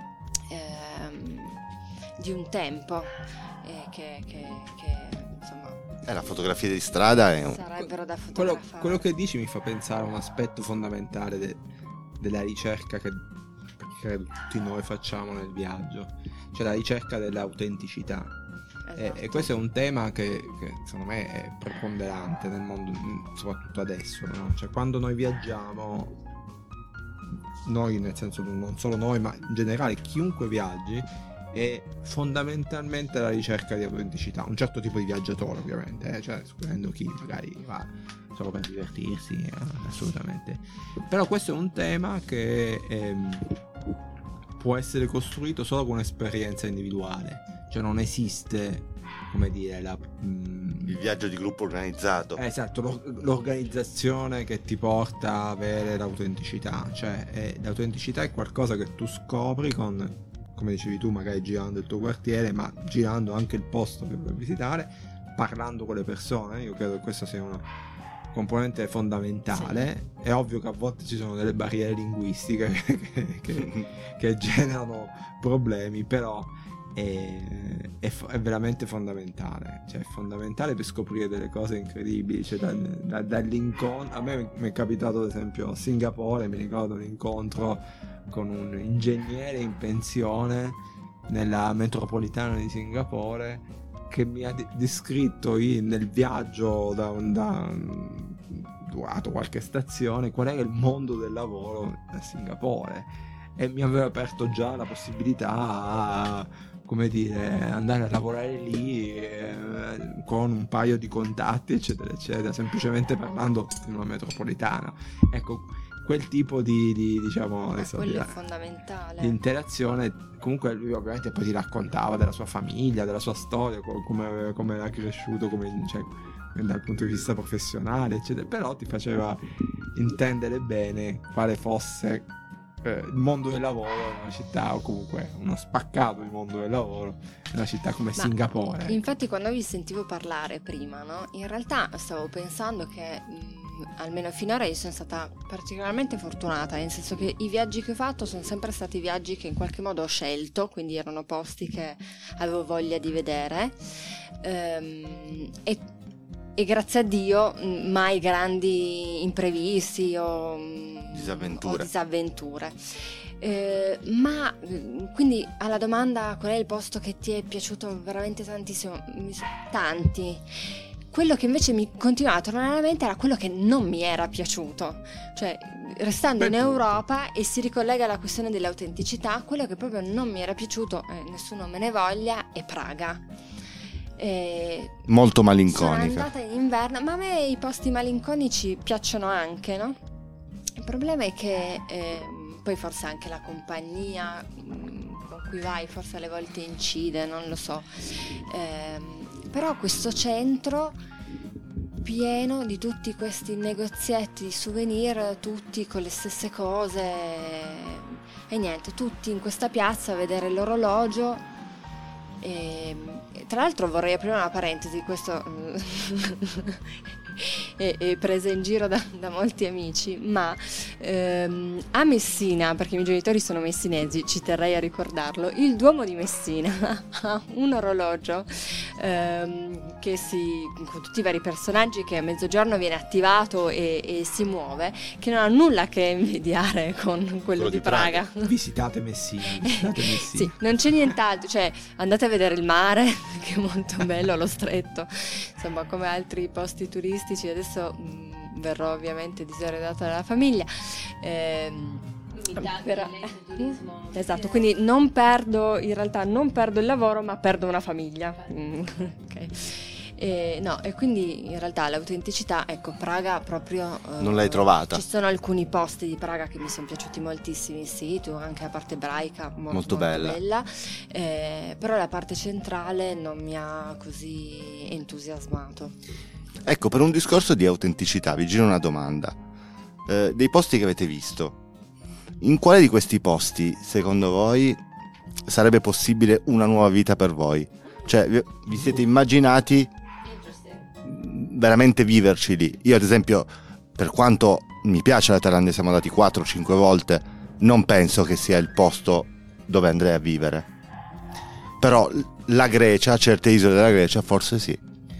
ehm, di un tempo eh, che, che, che insomma E la fotografia di strada è un... sarebbero da Quello, fotografare. quello che dici mi fa pensare a un aspetto fondamentale de- della ricerca che credo tutti noi facciamo nel viaggio, cioè la ricerca dell'autenticità. E, Esatto. e questo è un tema che, che secondo me è preponderante nel mondo, soprattutto adesso, no? Cioè quando noi viaggiamo, noi nel senso non solo noi ma in generale chiunque viaggi, è fondamentalmente la ricerca di autenticità. Un certo tipo di viaggiatore ovviamente, eh? Cioè escludendo chi magari va solo per divertirsi, eh? Assolutamente. Però questo è un tema che ehm, può essere costruito solo con un'esperienza individuale, cioè non esiste, come dire, la, mm, il viaggio di gruppo organizzato. eh, esatto, l'or- l'organizzazione che ti porta a avere l'autenticità, cioè è- l'autenticità è qualcosa che tu scopri con, come dicevi tu, magari girando il tuo quartiere, ma girando anche il posto che vuoi visitare, parlando con le persone. Io credo che questa sia una componente fondamentale. È ovvio che a volte ci sono delle barriere linguistiche che, che, che generano problemi, però è, è, è veramente fondamentale, cioè è fondamentale per scoprire delle cose incredibili, cioè da, da, dall'incontro. A me mi è capitato ad esempio a Singapore, mi ricordo un incontro con un ingegnere in pensione nella metropolitana di Singapore che mi ha descritto in, nel viaggio da, da durato qualche stazione qual era il mondo del lavoro a Singapore. e mi aveva aperto già la possibilità a, come dire, andare a lavorare lì eh, con un paio di contatti eccetera eccetera, semplicemente parlando in una metropolitana. Ecco, quel tipo di, di diciamo Ma adesso, quello di, è fondamentale. di interazione. Comunque lui ovviamente poi ti raccontava della sua famiglia, della sua storia, co- come, come era cresciuto, come, cioè, dal punto di vista professionale eccetera, però ti faceva intendere bene quale fosse eh, il mondo del lavoro in una città, o comunque uno spaccato di mondo del lavoro in una città come Ma Singapore. Infatti quando vi sentivo parlare prima, no? In realtà stavo pensando che mh, almeno finora io sono stata particolarmente fortunata, nel senso che i viaggi che ho fatto sono sempre stati viaggi che in qualche modo ho scelto, quindi erano posti che avevo voglia di vedere, ehm, e, e grazie a Dio mh, mai grandi imprevisti o Disavventure. o disavventure. Eh, ma quindi alla domanda qual è il posto che ti è piaciuto veramente tantissimo, mi sa- tanti. Quello che invece mi continuava a tornare alla mente era quello che non mi era piaciuto, cioè restando Bel in punto. Europa, e si ricollega alla questione dell'autenticità, quello che proprio non mi era piaciuto, eh, nessuno me ne voglia, è Praga. Eh, Molto sono malinconica. andata in inverno, ma a me i posti malinconici piacciono anche, no? Il problema è che eh, poi forse anche la compagnia mh, con cui vai forse alle volte incide, non lo so. Ehm, però questo centro pieno di tutti questi negozietti di souvenir, tutti con le stesse cose, e niente, tutti in questa piazza a vedere l'orologio. E, tra l'altro vorrei aprire una parentesi, questo è, è presa in giro da, da molti amici, ma ehm, a Messina, perché i miei genitori sono messinesi, ci terrei a ricordarlo, il Duomo di Messina ha un orologio ehm, che si, con tutti i vari personaggi, che a mezzogiorno viene attivato e, e si muove, che non ha nulla a che invidiare con quello, Quello di di Praga. Praga. Visitate Messina, visitate Messina. Sì, non c'è nient'altro, cioè andate a vedere il mare che è molto bello, lo stretto, insomma, come altri posti turistici. Adesso mh, verrò ovviamente diseredata dalla famiglia, ehm, Limitati però- all'enturismo. esatto, quindi non perdo, in realtà non perdo il lavoro, ma perdo una famiglia. Mm, ok. E, no, e quindi in realtà l'autenticità, ecco, Praga proprio eh, Non l'hai trovata? Ci sono alcuni posti di Praga che mi sono piaciuti moltissimi, sì, tu, anche la parte ebraica molto, Molto molto bella. bella, eh, però la parte centrale non mi ha così entusiasmato. Ecco, per un discorso di autenticità vi giro una domanda. Eh, dei posti che avete visto, in quale di questi posti, secondo voi, sarebbe possibile una nuova vita per voi? Cioè, vi, vi siete immaginati veramente viverci lì? Io, ad esempio, per quanto mi piace la Thailandia, siamo andati quattro o cinque volte, non penso che sia il posto dove andrei a vivere. Però la Grecia, certe isole della Grecia, forse sì.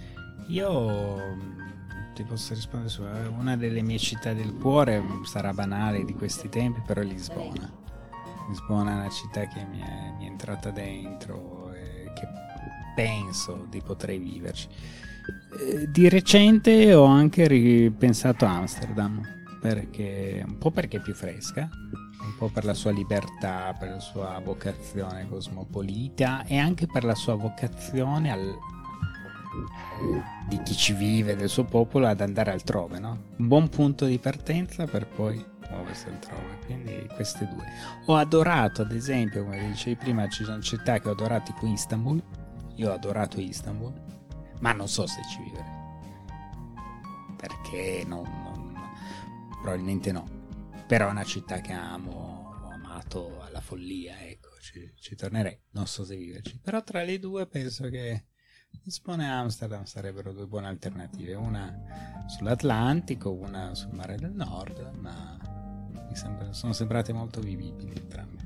Io mh, ti posso rispondere su eh, una delle mie città del cuore, mh, sarà banale di questi tempi, però è Lisbona. Lisbona è una città che mi è, mi è entrata dentro e che penso di potrei viverci. Eh, di recente ho anche ripensato a Amsterdam, perché un po' perché è più fresca, un po' per la sua libertà, per la sua vocazione cosmopolita e anche per la sua vocazione al di chi ci vive, del suo popolo, ad andare altrove, no? Un buon punto di partenza per poi muoversi altrove. Quindi queste due. Ho adorato, ad esempio, come dicevi prima, ci sono città che ho adorato, tipo Istanbul. Io ho adorato Istanbul, ma non so se ci vivere, perché non, non, probabilmente no. Però è una città che amo, ho amato alla follia, ecco, ci, ci tornerei. Non so se viverci, però tra le due penso che Lisbona e Amsterdam sarebbero due buone alternative, una sull'Atlantico, una sul mare del nord, ma mi sembra, sono sembrate molto vivibili entrambe.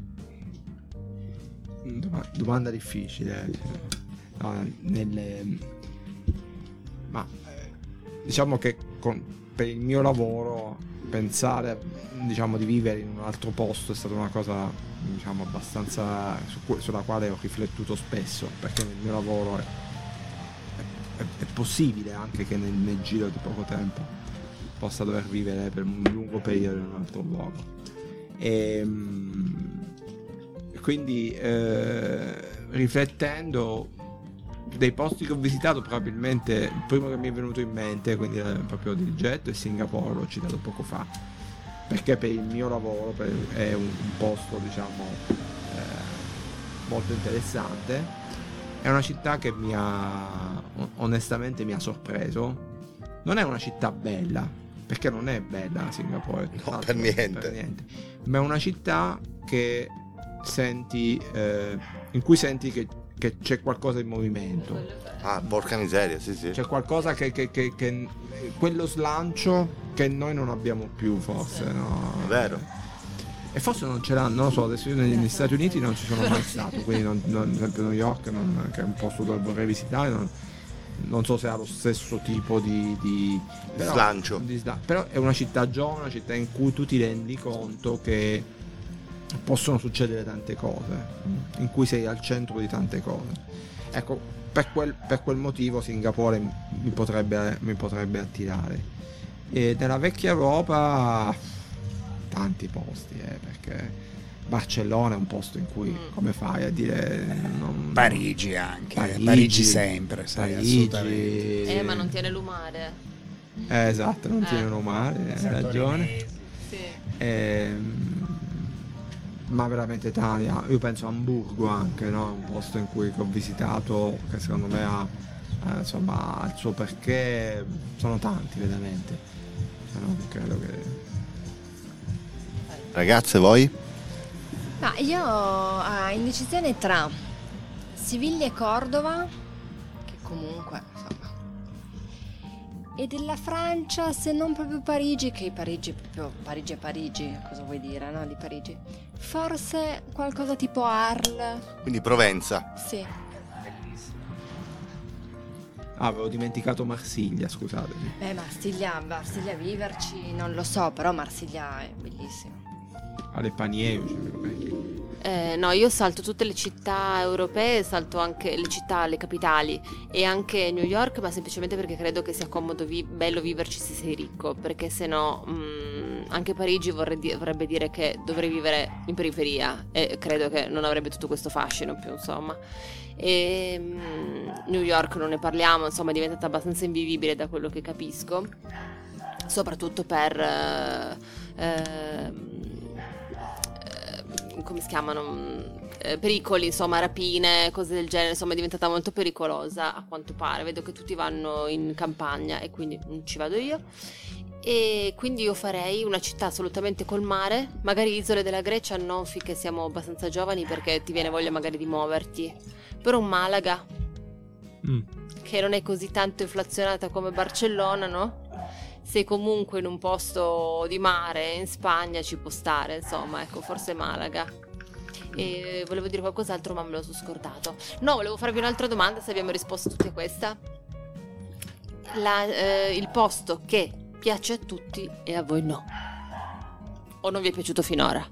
Doma- domanda difficile, no, nelle... ma eh, diciamo che con, per il mio lavoro pensare, diciamo, di vivere in un altro posto è stata una cosa, diciamo, abbastanza su cui, sulla quale ho riflettuto spesso, perché nel mio lavoro è È, è possibile anche che nel, nel giro di poco tempo possa dover vivere per un lungo periodo in un altro luogo. E, quindi eh, riflettendo, dei posti che ho visitato, probabilmente il primo che mi è venuto in mente, quindi proprio di getto, è Singapore, l'ho citato poco fa, perché per il mio lavoro per, è un, un posto, diciamo, eh, molto interessante. È una città che mi ha, onestamente mi ha sorpreso. Non è una città bella, perché non è bella Singapore, no, per niente. per niente, ma è una città che senti, eh, in cui senti che che c'è qualcosa in movimento. Ah, porca miseria, sì sì. C'è qualcosa che, che, che, che quello slancio che noi non abbiamo più, forse, no? È vero. E forse non ce l'hanno, non lo so, adesso io negli Stati Uniti non ci sono mai stato, quindi non, non, ad esempio New York, non, che è un posto dove vorrei visitare, non, non so se ha lo stesso tipo di, di però, slancio. Di, però è una città giovane, una città in cui tu ti rendi conto che possono succedere tante cose, in cui sei al centro di tante cose. Ecco, per quel, per quel motivo Singapore mi potrebbe, mi potrebbe attirare. E nella vecchia Europa tanti posti, eh, perché Barcellona è un posto in cui come fai a dire non... Parigi anche, Parigi, Parigi sempre, sai, Parigi, assolutamente. Eh, ma non tiene l'umare. Eh, esatto, non Eh. tiene un male, hai ragione. Sì. Ehm, ma veramente tanti. Io penso a Amburgo anche, no? Un posto in cui che ho visitato, che secondo me ha, eh, insomma, ha il suo perché. Sono tanti veramente, no? Credo che... Ragazze, voi? Ma io ho indecisione tra Siviglia e Cordova, che comunque insomma, e della Francia, se non proprio Parigi, che Parigi è proprio Parigi è Parigi, cosa vuoi dire, no? Di Parigi. Forse qualcosa tipo Arles. Quindi Provenza. Sì. Ah, avevo dimenticato Marsiglia, scusatemi. Beh, Marsiglia, Marsiglia viverci, non lo so, però Marsiglia è bellissima. Alle Panier, ci Eh, no, io salto tutte le città europee, salto anche le città, le capitali e anche New York, ma semplicemente perché credo che sia comodo, vi- bello viverci se sei ricco, perché se no mh, anche Parigi vorrei di- vorrebbe dire che dovrei vivere in periferia e credo che non avrebbe tutto questo fascino più, insomma. E mh, New York non ne parliamo, insomma, è diventata abbastanza invivibile da quello che capisco, soprattutto per... eh, eh, come si chiamano, eh, pericoli, insomma, rapine, cose del genere, insomma è diventata molto pericolosa a quanto pare. Vedo che tutti vanno in campagna e quindi non ci vado io, e quindi io farei una città assolutamente col mare, magari isole della Grecia, non finché siamo abbastanza giovani perché ti viene voglia magari di muoverti, però un Malaga mm. che non è così tanto inflazionata come Barcellona, no? Sei comunque in un posto di mare in Spagna, ci può stare, insomma, ecco, forse Malaga. E volevo dire qualcos'altro ma me lo sono scordato. No, volevo farvi un'altra domanda, se abbiamo risposto a tutte questa. La, eh, il posto che piace a tutti e a voi no, o non vi è piaciuto finora?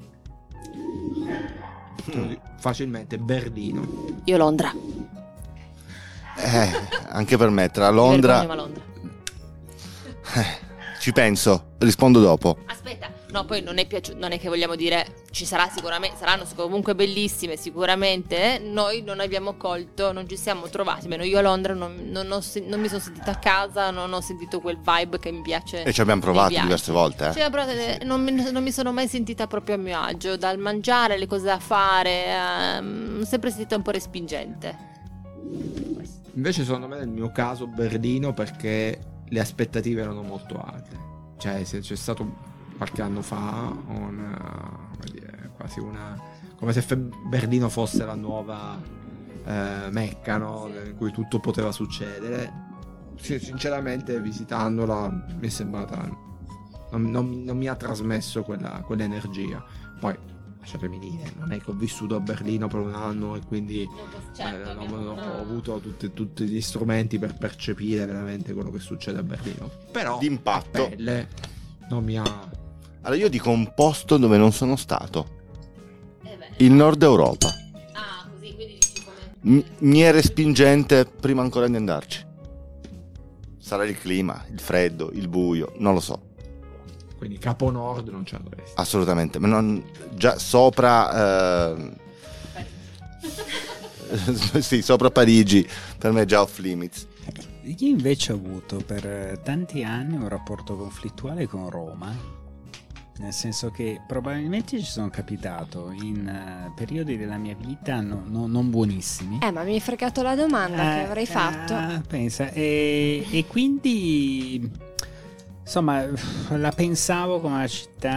Mm. Facilmente Berlino. Io Londra. Eh, anche per me, tra Londra... Vergogna, ma Londra. Eh, ci penso, rispondo dopo. Aspetta, no, poi non è piaciuto, non è che vogliamo dire ci sarà sicuramente, saranno comunque bellissime sicuramente, eh? Noi non abbiamo colto, non ci siamo trovati, almeno io a Londra non, non, ho, non mi sono sentita a casa, non ho sentito quel vibe che mi piace. E ci abbiamo provato diverse volte, eh? Cioè, però, eh, non, mi, non mi sono mai sentita proprio a mio agio, dal mangiare, le cose da fare, ehm, ho sempre sentita un po' respingente. Invece secondo me nel mio caso Berlino, perché le aspettative erano molto alte. Cioè se c'è stato qualche anno fa una, come dire, quasi una, come se Berlino fosse la nuova eh, Mecca, no? In cui tutto poteva succedere. Sinceramente visitandola mi è sembrata non, non, non mi ha trasmesso quella, quell'energia. Poi lasciatemi dire, non è che ho vissuto a Berlino per un anno e quindi Certo, eh, non, non ho avuto tutti, tutti gli strumenti per percepire veramente quello che succede a Berlino, però d'impatto a pelle non mi ha... Allora io dico un posto dove non sono stato, Eh beh. il Nord Europa. Ah, così, quindi dici come... M- mi è respingente prima ancora di andarci. Sarà il clima, il freddo, il buio, non lo so. Quindi Capo Nord non ce la dovresti. Assolutamente, ma non, già sopra eh, sì, sopra Parigi per me è già off limits. Io invece ho avuto per tanti anni un rapporto conflittuale con Roma, nel senso che probabilmente ci sono capitato in uh, periodi della mia vita no, no, non buonissimi. Eh, ma mi hai fregato la domanda eh, che avrei fatto. Eh, pensa, e, e quindi insomma la pensavo come una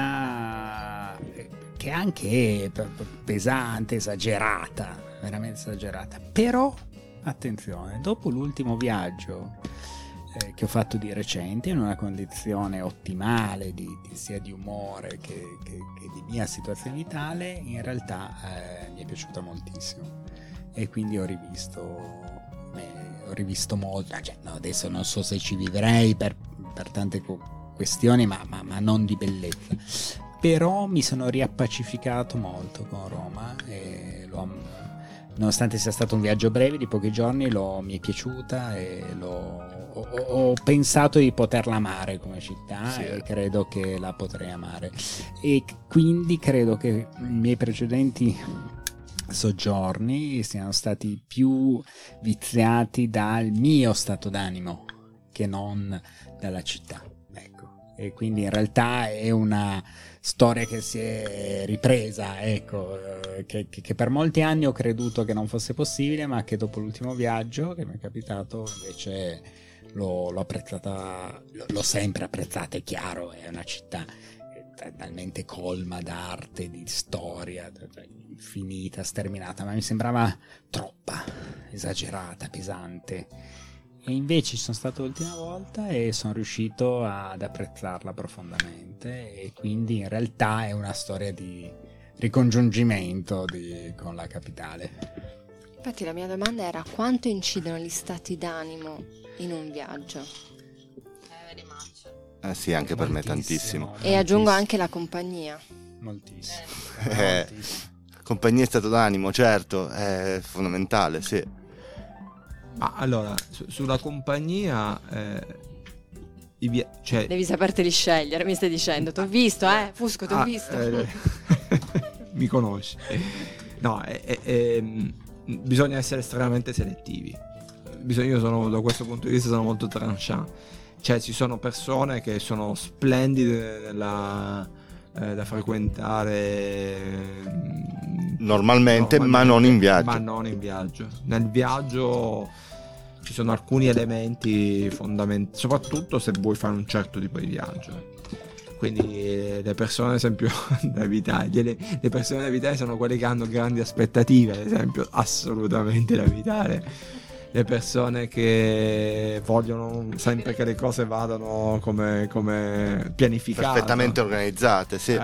città che anche è pesante, esagerata, veramente esagerata, però attenzione, dopo l'ultimo viaggio eh, che ho fatto di recente in una condizione ottimale di, di sia di umore che, che, che di mia situazione vitale, in realtà eh, mi è piaciuta moltissimo e quindi ho rivisto eh, ho rivisto molto, cioè, no, adesso non so se ci vivrei per, per tante questioni, ma, ma, ma non di bellezza, però mi sono riappacificato molto con Roma e l'ho, nonostante sia stato un viaggio breve di pochi giorni, l'ho, mi è piaciuta e l'ho, ho, ho pensato di poterla amare come città, sì, e credo che la potrei amare, e quindi credo che i miei precedenti soggiorni siano stati più viziati dal mio stato d'animo che non dalla città, ecco, e quindi in realtà è una storia che si è ripresa, ecco, che, che, che per molti anni ho creduto che non fosse possibile, ma che dopo l'ultimo viaggio che mi è capitato invece l'ho, l'ho apprezzata, l'ho sempre apprezzata, è chiaro, è una città talmente colma d'arte, di storia, infinita, sterminata, ma mi sembrava troppa, esagerata, pesante. E invece ci sono stato l'ultima volta e sono riuscito ad apprezzarla profondamente, e quindi in realtà è una storia di ricongiungimento di, con la capitale. Infatti la mia domanda era: quanto incidono gli stati d'animo in un viaggio? Eh sì, anche per me tantissimo. E aggiungo anche la compagnia. Moltissimo. Eh, compagnia e stato d'animo, certo, è fondamentale, sì. Ma allora, su- sulla compagnia, eh, i via- cioè... Devi saperteli scegliere, mi stai dicendo. T'ho visto, eh, Fusco, t'ho ah, visto. Eh, mi conosci. No, è, è, è, bisogna essere estremamente selettivi. Bisogna, io sono, da questo punto di vista, sono molto tranchant. Cioè, ci sono persone che sono splendide nella, eh, da frequentare normalmente, ma non in viaggio. Ma non in viaggio. Nel viaggio ci sono alcuni elementi fondamentali, soprattutto se vuoi fare un certo tipo di viaggio. Quindi le persone, ad esempio, da evitare, le, le persone da evitare sono quelle che hanno grandi aspettative, ad esempio, assolutamente da evitare. Le persone che vogliono sempre che le cose vadano come, come pianificate, perfettamente organizzate, sì.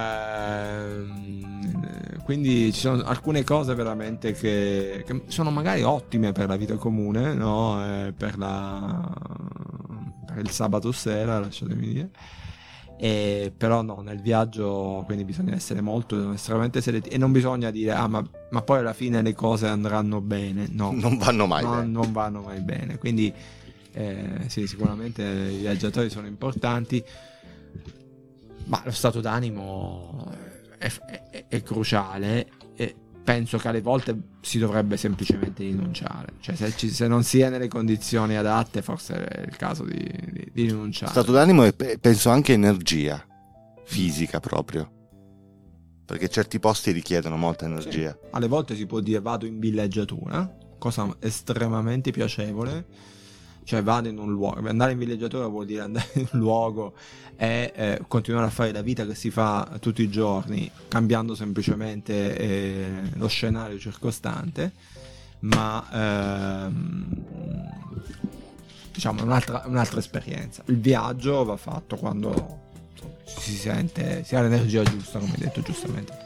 Ehm, quindi ci sono alcune cose veramente che, che sono magari ottime per la vita comune, no? Eh, per, la, per il sabato sera, lasciatemi dire. E però no, nel viaggio quindi bisogna essere molto estremamente selettivi e non bisogna dire ah ma, ma poi alla fine le cose andranno bene, no, non vanno mai no, bene non vanno mai bene, quindi eh, sì, sicuramente i viaggiatori sono importanti, ma lo stato d'animo è, è, è cruciale, e penso che alle volte si dovrebbe semplicemente rinunciare, cioè se, ci, se non si è nelle condizioni adatte forse è il caso di, di, di rinunciare. Stato d'animo e penso anche energia fisica proprio, perché certi posti richiedono molta energia. Sì. Alle volte si può dire vado in villeggiatura, cosa estremamente piacevole, cioè vado in un luogo, andare in villeggiatura vuol dire andare in un luogo e eh, continuare a fare la vita che si fa tutti i giorni, cambiando semplicemente eh, lo scenario circostante, ma ehm, diciamo è un'altra, un'altra esperienza. Il viaggio va fatto quando si sente, si ha l'energia giusta, come hai detto giustamente.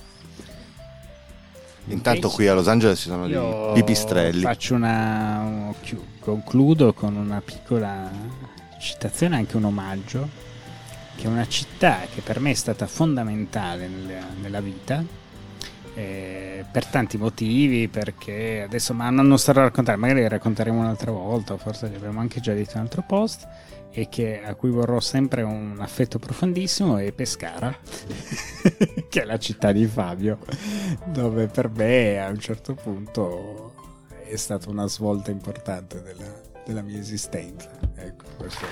Intanto qui a Los Angeles ci sono dei pipistrelli. Faccio una concludo con una piccola citazione, anche un omaggio, che è una città che per me è stata fondamentale nella, nella vita, eh, per tanti motivi, perché adesso ma non, non starò a raccontare, magari racconteremo un'altra volta, forse li abbiamo anche già detto in un altro post, e che a cui vorrò sempre un affetto profondissimo, è Pescara che è la città di Fabio, dove per me a un certo punto è stata una svolta importante della, della mia esistenza. Ecco, questo.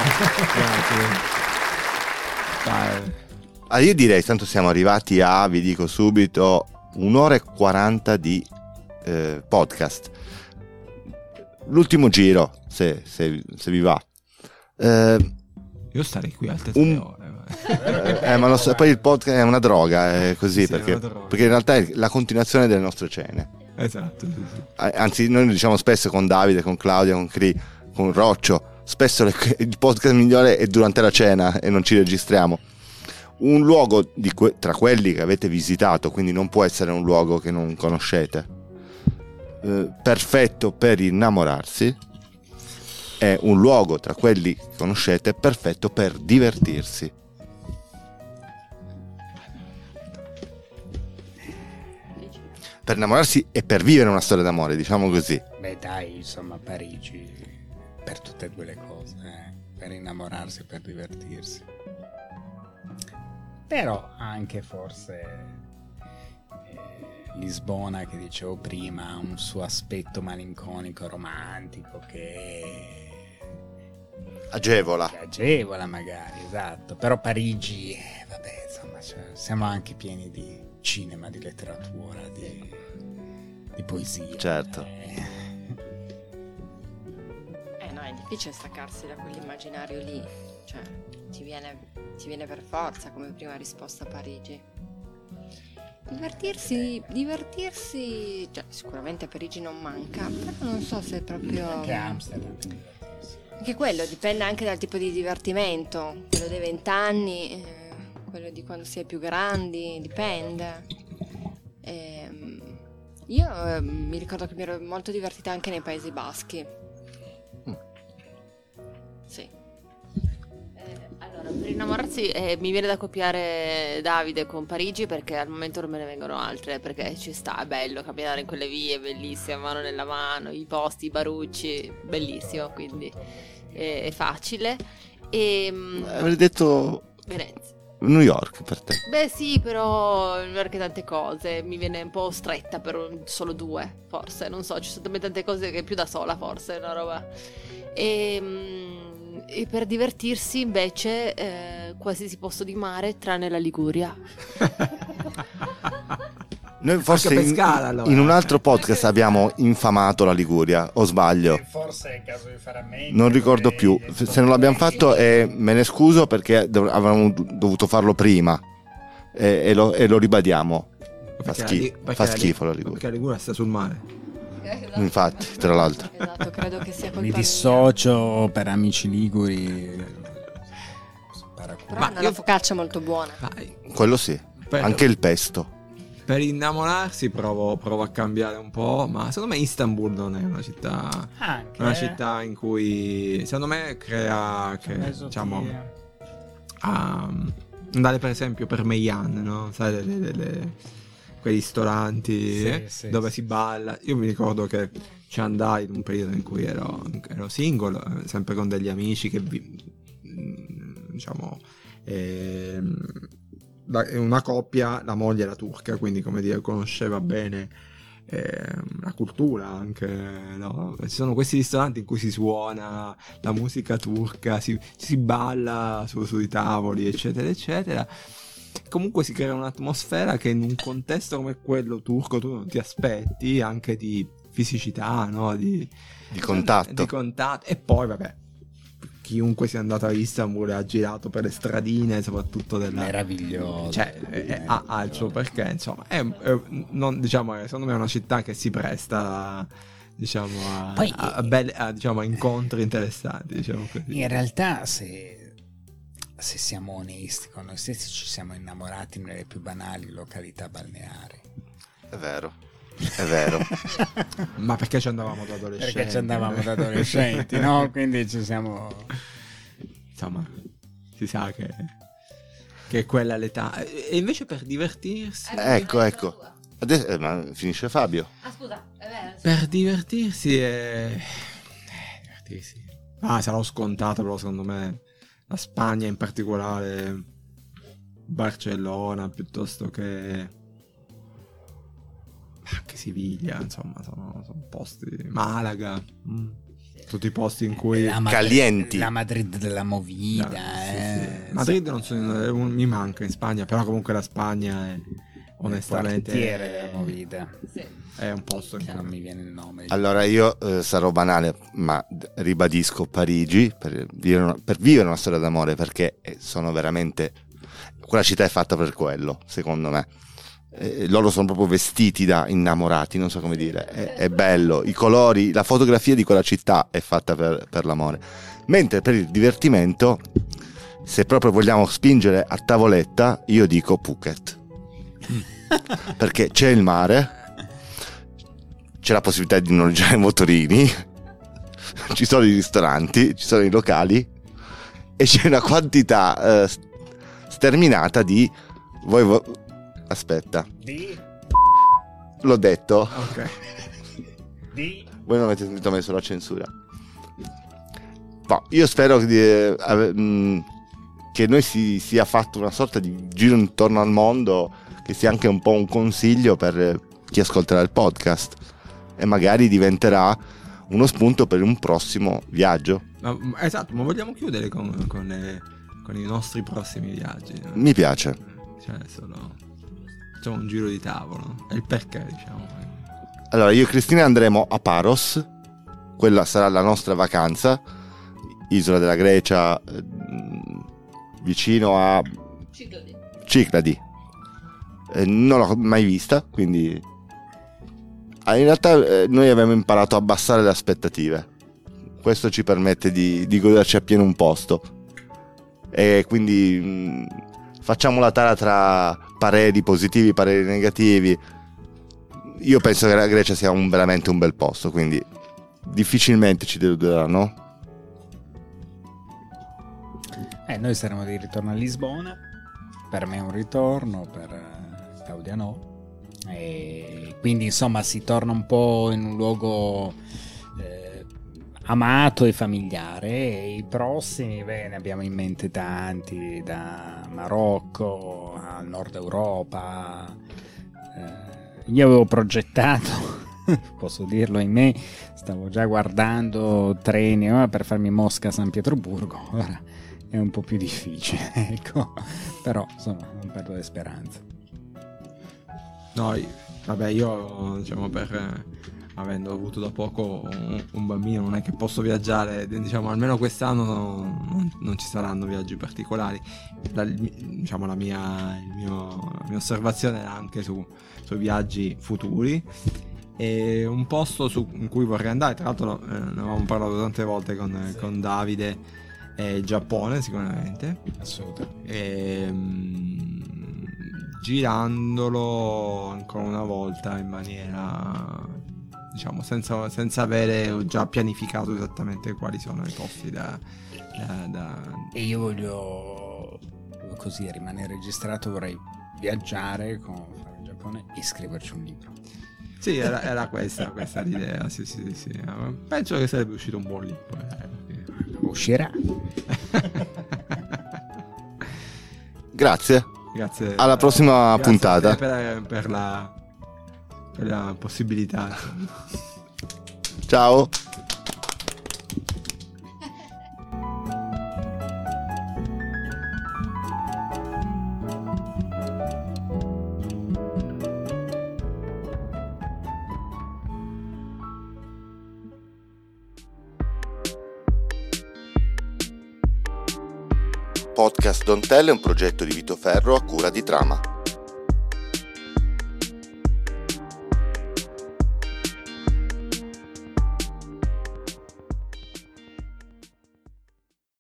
Grazie. Ah, io direi, tanto siamo arrivati a, vi dico subito, un'ora e quaranta di eh, podcast. L'ultimo giro, se, se, se vi va. Eh, Io starei qui altre tre un... ore. eh, ma lo so, poi il podcast è una droga, è così, Sì, perché, è una droga. perché in realtà è la continuazione delle nostre cene. Esatto, sì, sì. Anzi, noi lo diciamo spesso con Davide, con Claudia, con Cri, con Roccio, spesso le, il podcast migliore è durante la cena e non ci registriamo. Un luogo di que- tra quelli che avete visitato, quindi non può essere un luogo che non conoscete, eh, perfetto per innamorarsi, è un luogo tra quelli che conoscete perfetto per divertirsi. Per innamorarsi e per vivere una storia d'amore, diciamo così. Beh dai, insomma, Parigi per tutte e due le cose, eh? Per innamorarsi e per divertirsi. Però anche forse eh, Lisbona, che dicevo prima, ha un suo aspetto malinconico, romantico che Agevola. che agevola magari, esatto. Però Parigi, eh, vabbè, insomma, cioè, siamo anche pieni di cinema, di letteratura, di, di poesia. Certo. Eh. Eh no, è difficile staccarsi da quell'immaginario lì, cioè ti viene, ti viene per forza come prima risposta a Parigi. Divertirsi, divertirsi, cioè sicuramente a Parigi non manca, però non so se è proprio... Anche Amsterdam. Anche quello dipende anche dal tipo di divertimento, quello dei vent'anni, eh, quello di quando si è più grandi, dipende. Ehm, io eh, mi ricordo che mi ero molto divertita anche nei Paesi Baschi. Mm. Sì. Eh, allora, per innamorarsi eh, mi viene da copiare Davide con Parigi, perché al momento non me ne vengono altre, perché ci sta, è bello camminare in quelle vie, bellissime, mano nella mano, i posti, i barucci, bellissimo, quindi eh, è facile. E Avrei detto Venezia. New York per te. Beh sì, però New York è tante cose, mi viene un po' stretta per un, solo due, forse, non so, ci sono talmente tante cose che più da sola forse è una roba. E, e per divertirsi invece eh, qualsiasi posto di mare tranne la Liguria. Noi forse Anche in, Pescara, allora. in un altro podcast abbiamo infamato la Liguria, o sbaglio? E forse è il caso di fare a me. Non ricordo più. Se non l'abbiamo fatto eh, me ne scuso, perché dov- avremmo dovuto farlo prima e, e, lo, e lo ribadiamo. Fa, Perché schi- la Li- perché fa la Li- schifo la Liguria. Perché la Liguria sta sul mare. Infatti, tra l'altro. Esatto, credo che sia colpa Mi mia. dissocio per amici liguri. Però Ma hanno io- una focaccia molto buona. Dai, Quello sì. per, Anche il pesto. per innamorarsi provo, provo a cambiare un po', ma secondo me Istanbul non è una città, Anche una città in cui secondo me crea, che, Esoteria. diciamo, a andare per esempio per Meian, no? Sai, le, le- le- quei ristoranti Sì, eh, sì, dove sì. si balla. Io mi ricordo che ci andai in un periodo in cui ero, ero single, eh, sempre con degli amici che vi- mm, diciamo ehm, la- una coppia, la moglie era turca, quindi come dire conosceva bene ehm, la cultura anche, no? Ci sono questi ristoranti in cui si suona la musica turca, si, si balla su- sui tavoli, eccetera eccetera. Comunque si crea un'atmosfera che in un contesto come quello turco tu non ti aspetti, anche di fisicità, no? Di, Di contatto. di contatto. E poi vabbè, chiunque sia andato a Istanbul e ha girato per le stradine, soprattutto della... Meraviglioso. Cioè, è- ha, ha il suo perché, insomma, è, è- non, diciamo, è- secondo me è una città che si presta a, diciamo, a, Poi- a- a belle- a, diciamo, a incontri interessanti, diciamo così. In realtà, se, se siamo onesti con noi stessi, ci siamo innamorati nelle più banali località balneari. È vero. È vero. Ma perché ci andavamo da adolescenti? Perché ci andavamo da adolescenti, no? Quindi ci siamo... Insomma, si sa che, che è quella l'età. E invece per divertirsi... Ecco, ecco. Adesso, eh, ma finisce Fabio. Ah scusa, è vero. Per divertirsi è... eh, divertirsi. Ah, sarò scontato, però secondo me la Spagna in particolare, Barcellona, piuttosto che... anche Siviglia, insomma, sono, sono posti, Malaga, mm. tutti i posti in cui la Madrid, calienti, la Madrid della movida, la, eh. sì, sì. Madrid non so, mi manca in Spagna, però comunque la Spagna è onestamente il della movida, Sì. è un posto in che cui non mi viene il nome. Allora io eh, sarò banale, ma ribadisco Parigi per vivere, una, per vivere una storia d'amore, perché sono veramente, quella città è fatta per quello, secondo me. Eh, loro sono proprio vestiti da innamorati, non so come dire, è, è bello, i colori, la fotografia di quella città è fatta per, per l'amore, mentre per il divertimento, se proprio vogliamo spingere a tavoletta, io dico Phuket, perché c'è il mare, c'è la possibilità di noleggiare motorini, ci sono i ristoranti, ci sono i locali e c'è una quantità eh, sterminata di voi, voi aspetta Di? L'ho detto. ok, Di? Voi non avete sentito me sulla censura. No, io spero che, eh, ave- mh, che noi si sia fatto una sorta di giro intorno al mondo, che sia anche un po' un consiglio per eh, chi ascolterà il podcast e magari diventerà uno spunto per un prossimo viaggio. ma, esatto, ma vogliamo chiudere con, con, le, con i nostri prossimi viaggi, no? Mi piace. Cioè solo facciamo un giro di tavolo e il perché, diciamo. Allora, io e Cristina andremo a Paros, quella sarà la nostra vacanza, isola della Grecia, eh, vicino a Cicladi. Cicladi. Eh, non l'ho mai vista, quindi ah, in realtà eh, noi abbiamo imparato a abbassare le aspettative. Questo ci permette di, di goderci appieno un posto. E quindi mh, facciamo la tara tra pareri positivi, pareri negativi. Io penso che la Grecia sia un, veramente un bel posto, quindi difficilmente ci deluderà, no? Eh, noi saremo di ritorno a Lisbona. Per me è un ritorno, per eh, Claudia no. E quindi insomma si torna un po' in un luogo eh, amato e familiare. E i prossimi, beh, ne abbiamo in mente tanti, da Marocco al Nord Europa. Eh, io avevo progettato, posso dirlo, ahimè, stavo già guardando treni eh, per farmi Mosca-San Pietroburgo. Ora è un po' più difficile, ecco, però insomma non perdo le speranze. No, vabbè, io diciamo per eh, avendo avuto da poco un, un bambino non è che posso viaggiare, diciamo almeno quest'anno non, non ci saranno viaggi particolari. La, diciamo la mia, il mio, la mia osservazione era anche su, sui viaggi futuri. E un posto su, in cui vorrei andare, tra l'altro eh, ne avevamo parlato tante volte con, sì. con Davide, è il Giappone sicuramente. Assolutamente. E, mh, girandolo ancora una volta in maniera, diciamo, senza, senza avere già pianificato esattamente quali sono i posti da, da, da... E io voglio così rimanere registrato, vorrei viaggiare con il Giappone e scriverci un libro. Sì, era, era questa, questa l'idea, sì, sì, sì. Penso che sarebbe uscito un buon libro. Eh. Uscirà. Grazie. Grazie. Alla prossima grazie puntata. Per, per, la, per la possibilità. Ciao. Podcast Don't Tell è un progetto di Vito Ferro a cura di Trama.